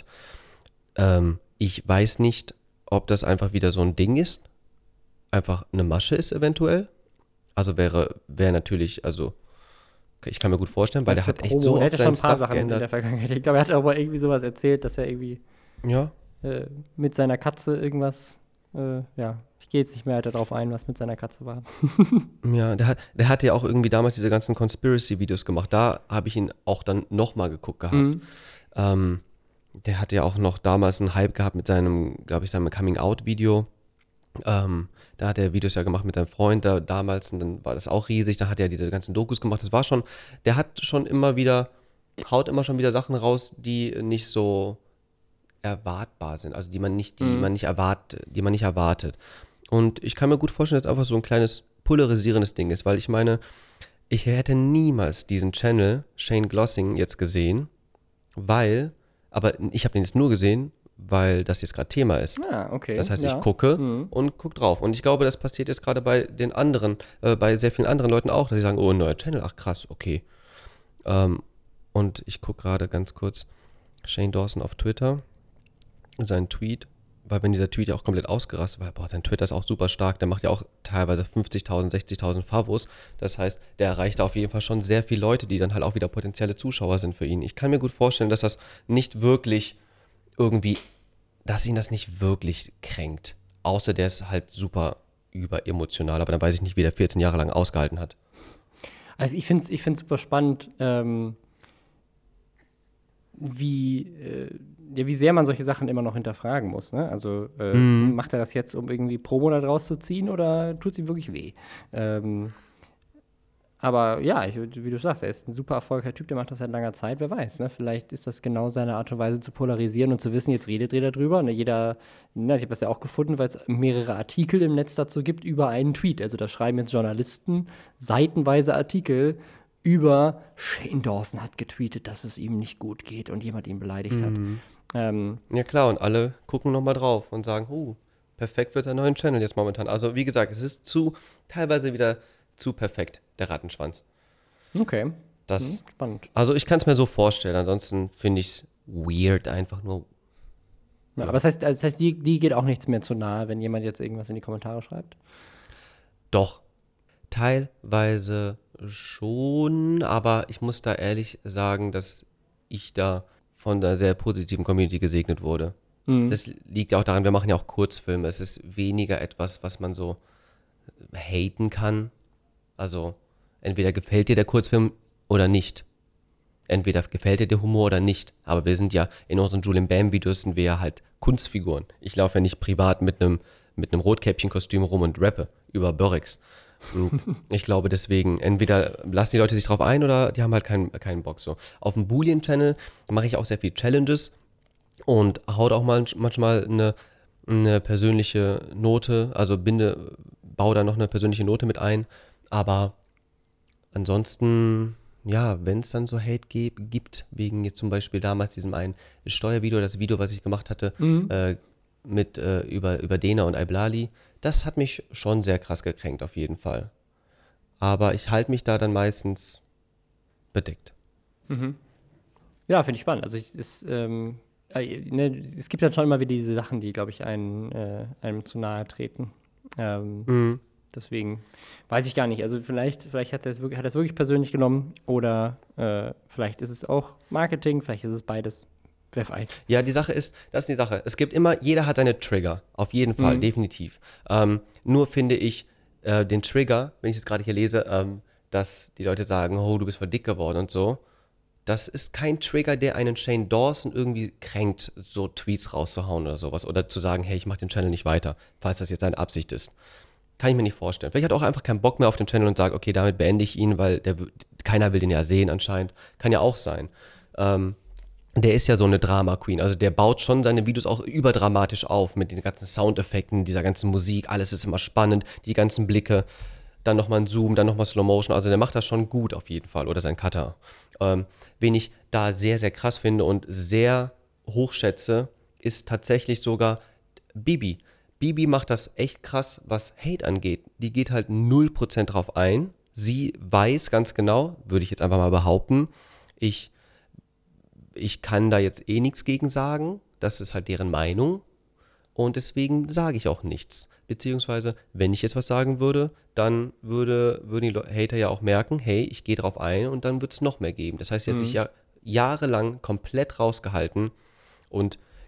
Ähm, ich weiß nicht, ob das einfach wieder so ein Ding ist, einfach eine Masche ist eventuell. Also wäre, wäre natürlich, also ich kann mir gut vorstellen, weil der für hat echt Promo. so Der oft hatte schon seinen ein paar Stuff Sachen in der geändert. Vergangenheit. Ich glaube, er hat auch mal irgendwie sowas erzählt, dass er irgendwie Ja, äh, mit seiner Katze irgendwas, äh, ja, ich gehe jetzt nicht mehr darauf ein, was mit seiner Katze war. Ja, der hat, der hat ja auch irgendwie damals diese ganzen Conspiracy-Videos gemacht. Da habe ich ihn auch dann nochmal geguckt gehabt. Mhm. Ähm, der hat ja auch noch damals einen Hype gehabt mit seinem, glaube ich, seinem Coming-Out-Video. Ähm, da hat er Videos ja gemacht mit seinem Freund da, damals und dann war das auch riesig. Da hat er diese ganzen Dokus gemacht. Das war schon, der hat schon immer wieder, haut immer schon wieder Sachen raus, die nicht so erwartbar sind, also die man nicht, die Mhm. man nicht erwartet, die man nicht erwartet. Und ich kann mir gut vorstellen, dass es einfach so ein kleines polarisierendes Ding ist, weil ich meine, ich hätte niemals diesen Channel Shane Glossing jetzt gesehen, weil, aber ich habe den jetzt nur gesehen, weil das jetzt gerade Thema ist. Ah, okay. Das heißt, ja. ich gucke Mhm. und gucke drauf. Und ich glaube, das passiert jetzt gerade bei den anderen, äh, bei sehr vielen anderen Leuten auch, dass sie sagen, oh, ein neuer Channel, ach krass, okay. Ähm, und ich gucke gerade ganz kurz Shane Dawson auf Twitter, seinen Tweet, weil wenn dieser Tweet ja auch komplett ausgerastet war, boah, sein Twitter ist auch super stark, der macht ja auch teilweise fünfzigtausend, sechzigtausend Favos, das heißt, der erreicht auf jeden Fall schon sehr viele Leute, die dann halt auch wieder potenzielle Zuschauer sind für ihn. Ich kann mir gut vorstellen, dass das nicht wirklich irgendwie, dass ihn das nicht wirklich kränkt, außer der ist halt super überemotional, aber dann weiß ich nicht, wie der vierzehn Jahre lang ausgehalten hat. Also ich finde es ich find's super spannend, ähm, wie, äh, ja, wie sehr man solche Sachen immer noch hinterfragen muss. Ne? Also äh, Mhm. macht er das jetzt, um irgendwie Promo da draus zu ziehen oder tut es ihm wirklich weh? Ähm, aber ja, ich, wie du sagst, er ist ein super erfolgreicher Typ, der macht das seit langer Zeit, wer weiß. Ne? Vielleicht ist das genau seine Art und Weise zu polarisieren und zu wissen, jetzt redet jeder drüber. Ne? Jeder, na, ich habe das ja auch gefunden, weil es mehrere Artikel im Netz dazu gibt über einen Tweet. Also da schreiben jetzt Journalisten seitenweise Artikel über Shane Dawson hat getweetet, dass es ihm nicht gut geht und jemand ihn beleidigt hat. Ähm, Ja klar, und alle gucken nochmal drauf und sagen, oh, perfekt wird der neuen Channel jetzt momentan. Also wie gesagt, es ist zu, teilweise wieder zu perfekt, der Rattenschwanz. okay, Das, hm, spannend. also ich kann es mir so vorstellen, ansonsten finde ich es weird, einfach nur. Ja, aber das heißt, also das heißt die, die geht auch nichts mehr zu nahe, wenn jemand jetzt irgendwas in die Kommentare schreibt. Doch, teilweise schon, aber ich muss da ehrlich sagen, dass ich da von einer sehr positiven Community gesegnet wurde. Mhm. Das liegt ja auch daran, wir machen ja auch Kurzfilme. Es ist weniger etwas, was man so haten kann. Also entweder gefällt dir der Kurzfilm oder nicht. Entweder gefällt dir der Humor oder nicht. Aber wir sind ja, in unseren Julian Bam-Videos sind wir ja halt Kunstfiguren. Ich laufe ja nicht privat mit einem mit einem Rotkäppchenkostüm rum und rappe über Börrix. Und ich glaube deswegen, entweder lassen die Leute sich drauf ein oder die haben halt keinen, keinen Bock so. Auf dem Boolean-Channel mache ich auch sehr viel Challenges und haut auch mal manchmal eine, eine persönliche Note, also binde, baue da noch eine persönliche Note mit ein. Aber ansonsten, ja, wenn es dann so Hate ge- gibt, wegen jetzt zum Beispiel damals diesem einen Steuervideo, das Video, was ich gemacht hatte, Mhm. äh, mit äh, über, über Dena und Iblali, das hat mich schon sehr krass gekränkt, auf jeden Fall. Aber ich halte mich da dann meistens bedeckt. Ja, finde ich spannend. Also ich, es, ähm, äh, ne, es gibt dann schon immer wieder diese Sachen, die, glaube ich, einen, äh, einem zu nahe treten. Ähm, Deswegen weiß ich gar nicht. Also vielleicht, vielleicht hat er es wirklich, hat er es wirklich persönlich genommen oder äh, vielleicht ist es auch Marketing, vielleicht ist es beides. Wer weiß. Ja, die Sache ist, das ist die Sache. Es gibt immer, jeder hat seine Trigger. Auf jeden Fall, Mhm. definitiv. Ähm, nur finde ich äh, den Trigger, wenn ich es gerade hier lese, ähm, dass die Leute sagen, oh, du bist voll dick geworden und so. Das ist kein Trigger, der einen Shane Dawson irgendwie kränkt, so Tweets rauszuhauen oder sowas. Oder zu sagen, hey, ich mach den Channel nicht weiter, falls das jetzt seine Absicht ist. Kann ich mir nicht vorstellen. Vielleicht hat er auch einfach keinen Bock mehr auf den Channel und sagt, okay, damit beende ich ihn, weil der, w- keiner will den ja sehen anscheinend. Kann ja auch sein. Ähm, der ist ja so eine Drama-Queen. Also der baut schon seine Videos auch überdramatisch auf mit den ganzen Soundeffekten, dieser ganzen Musik. Alles ist immer spannend, die ganzen Blicke. Dann nochmal ein Zoom, dann nochmal Slow Motion. Also der macht das schon gut auf jeden Fall. Oder sein Cutter. Ähm, wen ich da sehr, sehr krass finde und sehr hochschätze, ist tatsächlich sogar Bibi. Bibi macht das echt krass, was Hate angeht. Die geht halt null Prozent drauf ein. Sie weiß ganz genau, würde ich jetzt einfach mal behaupten, ich, ich kann da jetzt eh nichts gegen sagen. Das ist halt deren Meinung. Und deswegen sage ich auch nichts. Beziehungsweise, wenn ich jetzt was sagen würde, dann würde, würden die Le- Hater ja auch merken, hey, ich gehe drauf ein und dann wird es noch mehr geben. Das heißt, sie hat sich ja jahrelang komplett rausgehalten und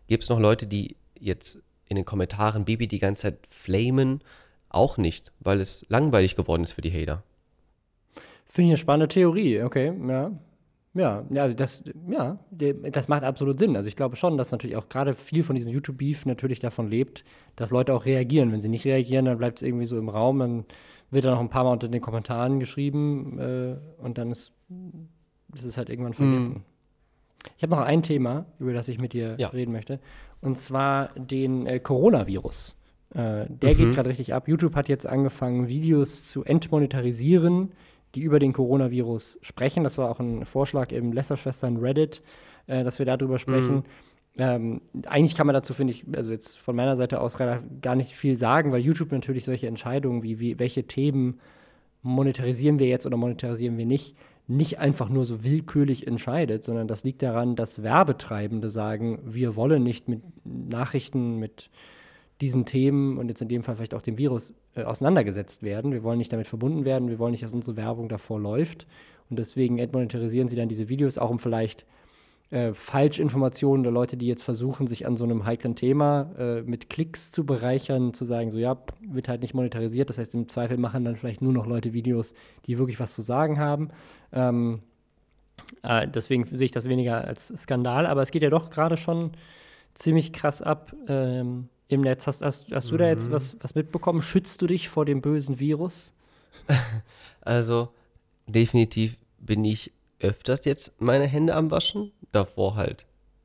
Gibt es noch Leute, die jetzt in den Kommentaren Bibi die ganze Zeit flamen? Auch nicht, weil es langweilig geworden ist für die Hater. Finde ich eine spannende Theorie, okay, ja. Ja, ja, das, ja, das macht absolut Sinn. Also ich glaube schon, dass natürlich auch gerade viel von diesem YouTube-Beef natürlich davon lebt, dass Leute auch reagieren. Wenn sie nicht reagieren, dann bleibt es irgendwie so im Raum, dann wird da noch ein paar Mal unter den Kommentaren geschrieben äh, und dann ist, ist es halt irgendwann vergessen. Mhm. Ich habe noch ein Thema, über das ich mit dir ja. reden möchte, und zwar den äh, Coronavirus. Äh, der mhm. geht gerade richtig ab. YouTube hat jetzt angefangen, Videos zu entmonetarisieren, die über den Coronavirus sprechen. Das war auch ein Vorschlag im Lästerschwestern Reddit, äh, dass wir darüber sprechen. Mhm. Ähm, eigentlich kann man dazu, finde ich, also jetzt von meiner Seite aus gar nicht viel sagen, weil YouTube natürlich solche Entscheidungen wie, wie welche Themen monetarisieren wir jetzt oder monetarisieren wir nicht, nicht einfach nur so willkürlich entscheidet, sondern das liegt daran, dass Werbetreibende sagen, wir wollen nicht mit Nachrichten, mit diesen Themen und jetzt in dem Fall vielleicht auch dem Virus äh, auseinandergesetzt werden. Wir wollen nicht damit verbunden werden, wir wollen nicht, dass unsere Werbung davor läuft. Und deswegen entmonetarisieren sie dann diese Videos, auch um vielleicht äh, Falschinformationen oder Leute, die jetzt versuchen, sich an so einem heiklen Thema äh, mit Klicks zu bereichern, zu sagen, so ja, wird halt nicht monetarisiert. Das heißt, im Zweifel machen dann vielleicht nur noch Leute Videos, die wirklich was zu sagen haben. Ähm, äh, deswegen sehe ich das weniger als Skandal, aber es geht ja doch gerade schon ziemlich krass ab ähm, im Netz. Hast, hast, hast du mhm. da jetzt was, was mitbekommen? Schützt du dich vor dem bösen Virus? Also definitiv bin ich öfters jetzt meine Hände am Waschen. Davor halt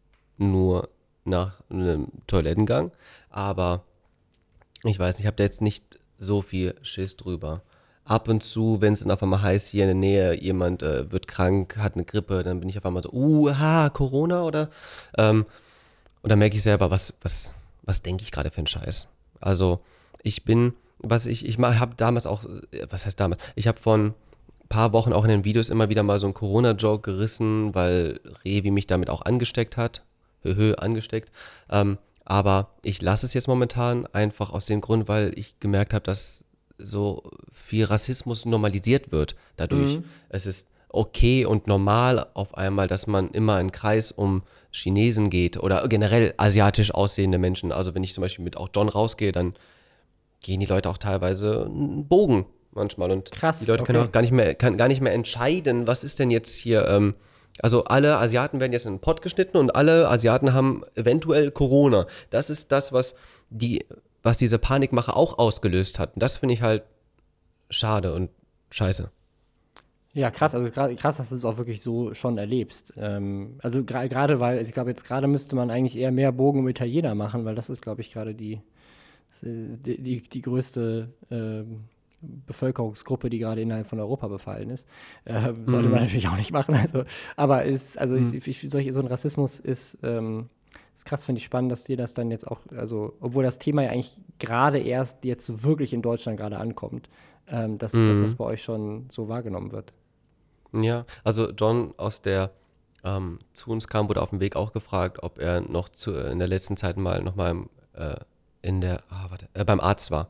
nur nach einem Toilettengang. Aber ich weiß nicht, ich habe da jetzt nicht so viel Schiss drüber. Ab und zu, wenn es dann auf einmal heißt, hier in der Nähe, jemand äh, wird krank, hat eine Grippe, dann bin ich auf einmal so, uh, ha, Corona oder? Ähm, und dann merke ich selber, was, was, was denke ich gerade für einen Scheiß. Also ich bin, was ich, ich habe damals auch, was heißt damals? Ich habe vor ein paar Wochen auch in den Videos immer wieder mal so einen Corona-Joke gerissen, weil Revi mich damit auch angesteckt hat. Höhö, angesteckt. Ähm, aber ich lasse es jetzt momentan einfach aus dem Grund, weil ich gemerkt habe, dass so viel Rassismus normalisiert wird dadurch. Mhm. Es ist okay und normal auf einmal, dass man immer in Kreis um Chinesen geht oder generell asiatisch aussehende Menschen. Also wenn ich zum Beispiel mit auch John rausgehe, dann gehen die Leute auch teilweise einen Bogen manchmal. Und krass, die Leute okay. können auch gar nicht mehr, kann gar nicht mehr entscheiden, was ist denn jetzt hier, ähm, also alle Asiaten werden jetzt in den Pott geschnitten und alle Asiaten haben eventuell Corona. Das ist das, was die was diese Panikmache auch ausgelöst hat. Und das finde ich halt schade und scheiße. Ja, krass, also krass, dass du es auch wirklich so schon erlebst. Ähm, also gerade, gra- weil ich glaube, jetzt gerade müsste man eigentlich eher mehr Bogen um Italiener machen, weil das ist, glaube ich, gerade die, die, die, die größte ähm, Bevölkerungsgruppe, die gerade innerhalb von Europa befallen ist. Äh, sollte mhm. man natürlich auch nicht machen. Also, aber ist, also mhm. ich, ich, solch, so ein Rassismus ist ähm, ist krass, finde ich spannend, dass dir das dann jetzt auch, also, obwohl das Thema ja eigentlich gerade erst jetzt so wirklich in Deutschland gerade ankommt, ähm, dass, mhm. dass das bei euch schon so wahrgenommen wird. Ja, also John aus der ähm, zu uns kam, wurde auf dem Weg auch gefragt, ob er noch zu, in der letzten Zeit mal nochmal äh, in der, ah, warte, äh, beim Arzt war.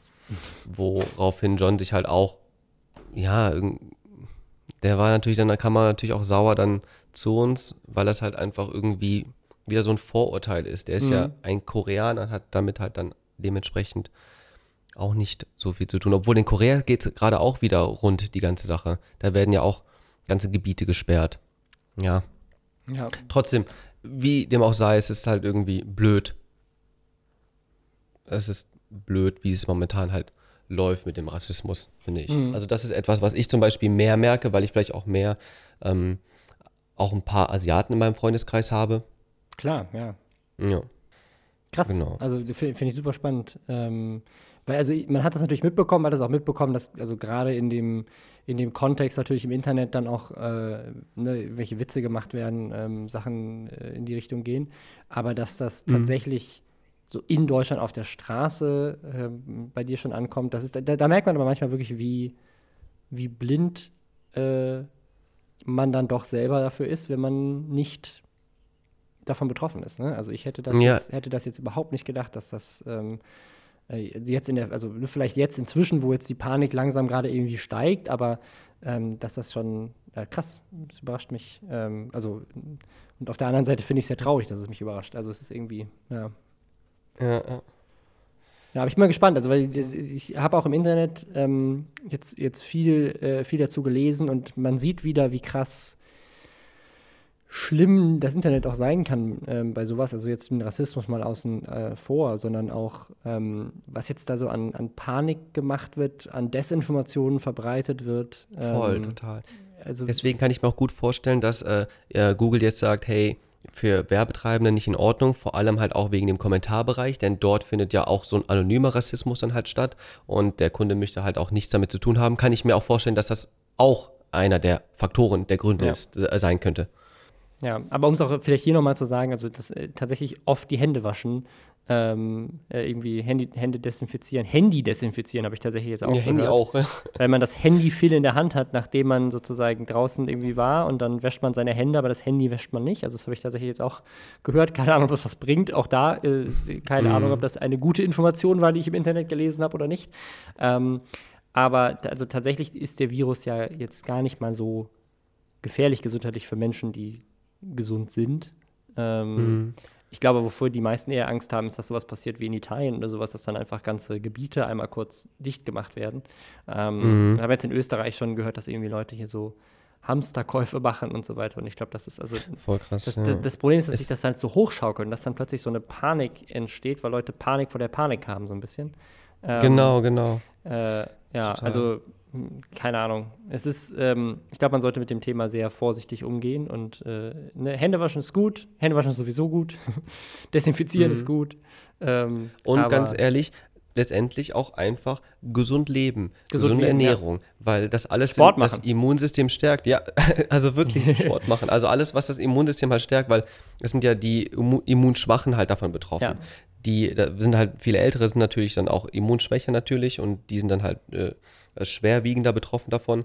Woraufhin John sich halt auch, ja, der war natürlich, dann kam er natürlich auch sauer dann zu uns, weil das halt einfach irgendwie wieder so ein Vorurteil ist. Der ist mhm. ja ein Koreaner, hat damit halt dann dementsprechend auch nicht so viel zu tun. Obwohl in Korea geht es gerade auch wieder rund, die ganze Sache. Da werden ja auch ganze Gebiete gesperrt. Ja. ja. Trotzdem, wie dem auch sei, es ist halt irgendwie blöd. Es ist blöd, wie es momentan halt läuft mit dem Rassismus, finde ich. Mhm. Also das ist etwas, was ich zum Beispiel mehr merke, weil ich vielleicht auch mehr, ähm, auch ein paar Asiaten in meinem Freundeskreis habe. Klar, ja. Ja. Krass, genau. Also finde find ich super spannend. Ähm, weil also man hat das natürlich mitbekommen, hat das auch mitbekommen, dass also gerade in dem, in dem Kontext natürlich im Internet dann auch äh, ne, welche Witze gemacht werden, ähm, Sachen äh, in die Richtung gehen. Aber dass das mhm. tatsächlich so in Deutschland auf der Straße äh, bei dir schon ankommt, das ist, da, da merkt man aber manchmal wirklich, wie, wie blind äh, man dann doch selber dafür ist, wenn man nicht davon betroffen ist. Ne? Also ich hätte das, ja. jetzt, hätte das jetzt überhaupt nicht gedacht, dass das ähm, äh, jetzt in der, also vielleicht jetzt inzwischen, wo jetzt die Panik langsam gerade irgendwie steigt, aber ähm, dass das schon äh, krass, das überrascht mich. Ähm, also und Und auf der anderen Seite finde ich es sehr traurig, dass es mich überrascht. Also es ist irgendwie, ja. Ja, ja. Ja, aber ich bin mal gespannt, also weil ich, ich habe auch im Internet ähm, jetzt, jetzt viel, äh, viel dazu gelesen und man sieht wieder, wie krass schlimm das Internet auch sein kann ähm, bei sowas. Also jetzt den Rassismus mal außen äh, vor, sondern auch, ähm, was jetzt da so an, an Panik gemacht wird, an Desinformationen verbreitet wird. Ähm, Voll, total. Also, Deswegen kann ich mir auch gut vorstellen, dass äh, äh, Google jetzt sagt, hey, für Werbetreibende nicht in Ordnung, vor allem halt auch wegen dem Kommentarbereich, denn dort findet ja auch so ein anonymer Rassismus dann halt statt und der Kunde möchte halt auch nichts damit zu tun haben. Kann ich mir auch vorstellen, dass das auch einer der Faktoren, der Gründe Ja. ist, äh, sein könnte. Ja, aber um es auch vielleicht hier nochmal zu sagen, also dass äh, tatsächlich oft die Hände waschen, ähm, äh, irgendwie Handy, Hände desinfizieren, Handy desinfizieren habe ich tatsächlich jetzt auch Ja, Handy gehört. auch. Ja. Weil man das Handy viel in der Hand hat, nachdem man sozusagen draußen irgendwie war und dann wäscht man seine Hände, aber das Handy wäscht man nicht. Also das habe ich tatsächlich jetzt auch gehört. Keine Ahnung, was das bringt. Auch da, äh, keine Mhm. Ahnung, ob das eine gute Information war, die ich im Internet gelesen habe oder nicht. Ähm, aber t- also tatsächlich ist der Virus ja jetzt gar nicht mal so gefährlich gesundheitlich für Menschen, die gesund sind. Ähm, Mhm. Ich glaube, wovor die meisten eher Angst haben, ist, dass sowas passiert wie in Italien oder sowas, dass dann einfach ganze Gebiete einmal kurz dicht gemacht werden. Ähm, Mhm. Ich habe jetzt in Österreich schon gehört, dass irgendwie Leute hier so Hamsterkäufe machen und so weiter. Und ich glaube, das ist also Voll krass. das, ja. das, das Problem ist, dass Es- sich das halt so hochschaukelt und dass dann plötzlich so eine Panik entsteht, weil Leute Panik vor der Panik haben, so ein bisschen. Ähm, Genau, genau. äh, ja, Total. also hm, keine Ahnung. Es ist, ähm, ich glaube, man sollte mit dem Thema sehr vorsichtig umgehen und äh, ne, Hände waschen ist gut, Hände waschen ist sowieso gut, Desinfizieren Mhm. ist gut. Ähm, Und aber ganz ehrlich, letztendlich auch einfach gesund leben, Gesund gesunde leben, ja. Ernährung, weil das alles Sport das machen. Immunsystem stärkt. Ja, also wirklich Sport machen. Also alles, was das Immunsystem halt stärkt, weil es sind ja die Immu- Immunschwachen halt davon betroffen. Ja. Die, da sind halt viele Ältere sind natürlich dann auch immunschwächer natürlich und die sind dann halt äh, schwerwiegender betroffen davon.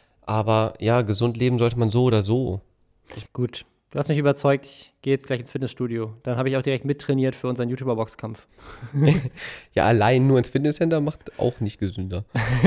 Aber ja, gesund leben sollte man so oder so. Gut. Du hast mich überzeugt, ich gehe jetzt gleich ins Fitnessstudio. Dann habe ich auch direkt mittrainiert für unseren YouTuber-Boxkampf. Ja, allein nur ins Fitnesscenter macht auch nicht gesünder.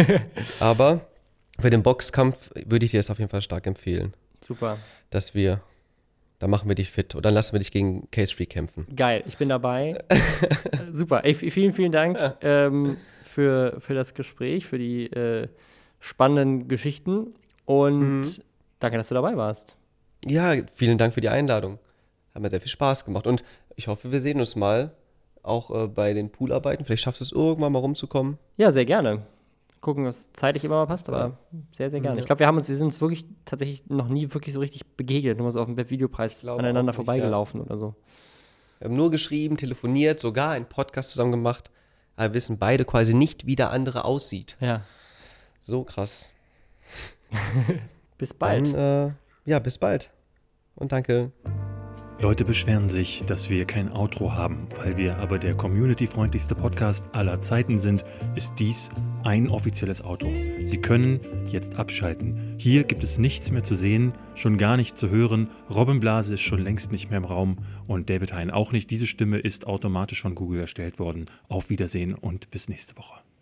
Aber für den Boxkampf würde ich dir das auf jeden Fall stark empfehlen, Super. dass wir, da machen wir dich fit und dann lassen wir dich gegen Case-Free kämpfen. Geil, ich bin dabei. Äh, Super. Ey, vielen, vielen Dank ähm, für, für das Gespräch, für die äh, spannenden Geschichten und Mhm. danke, dass du dabei warst. Ja, vielen Dank für die Einladung. Hat mir sehr viel Spaß gemacht und ich hoffe, wir sehen uns mal auch äh, bei den Poolarbeiten. Vielleicht schaffst du es irgendwann mal rumzukommen. Ja, sehr gerne. Gucken, was zeitlich immer mal passt, aber Ja. sehr, sehr gerne. Ja. Ich glaube, wir haben uns, wir sind uns wirklich tatsächlich noch nie wirklich so richtig begegnet, nur mal so auf dem Webvideopreis glaube aneinander auch nicht, vorbeigelaufen oder so. Wir haben nur geschrieben, telefoniert, sogar einen Podcast zusammen gemacht, aber wir wissen beide quasi nicht, wie der andere aussieht. Ja. So krass. Bis bald. Dann, äh, ja, bis bald. Und danke. Leute beschweren sich, dass wir kein Outro haben. Weil wir aber der community-freundlichste Podcast aller Zeiten sind, ist dies ein offizielles Outro. Sie können jetzt abschalten. Hier gibt es nichts mehr zu sehen, schon gar nicht zu hören. Robin Blase ist schon längst nicht mehr im Raum und David Hein auch nicht. Diese Stimme ist automatisch von Google erstellt worden. Auf Wiedersehen und bis nächste Woche.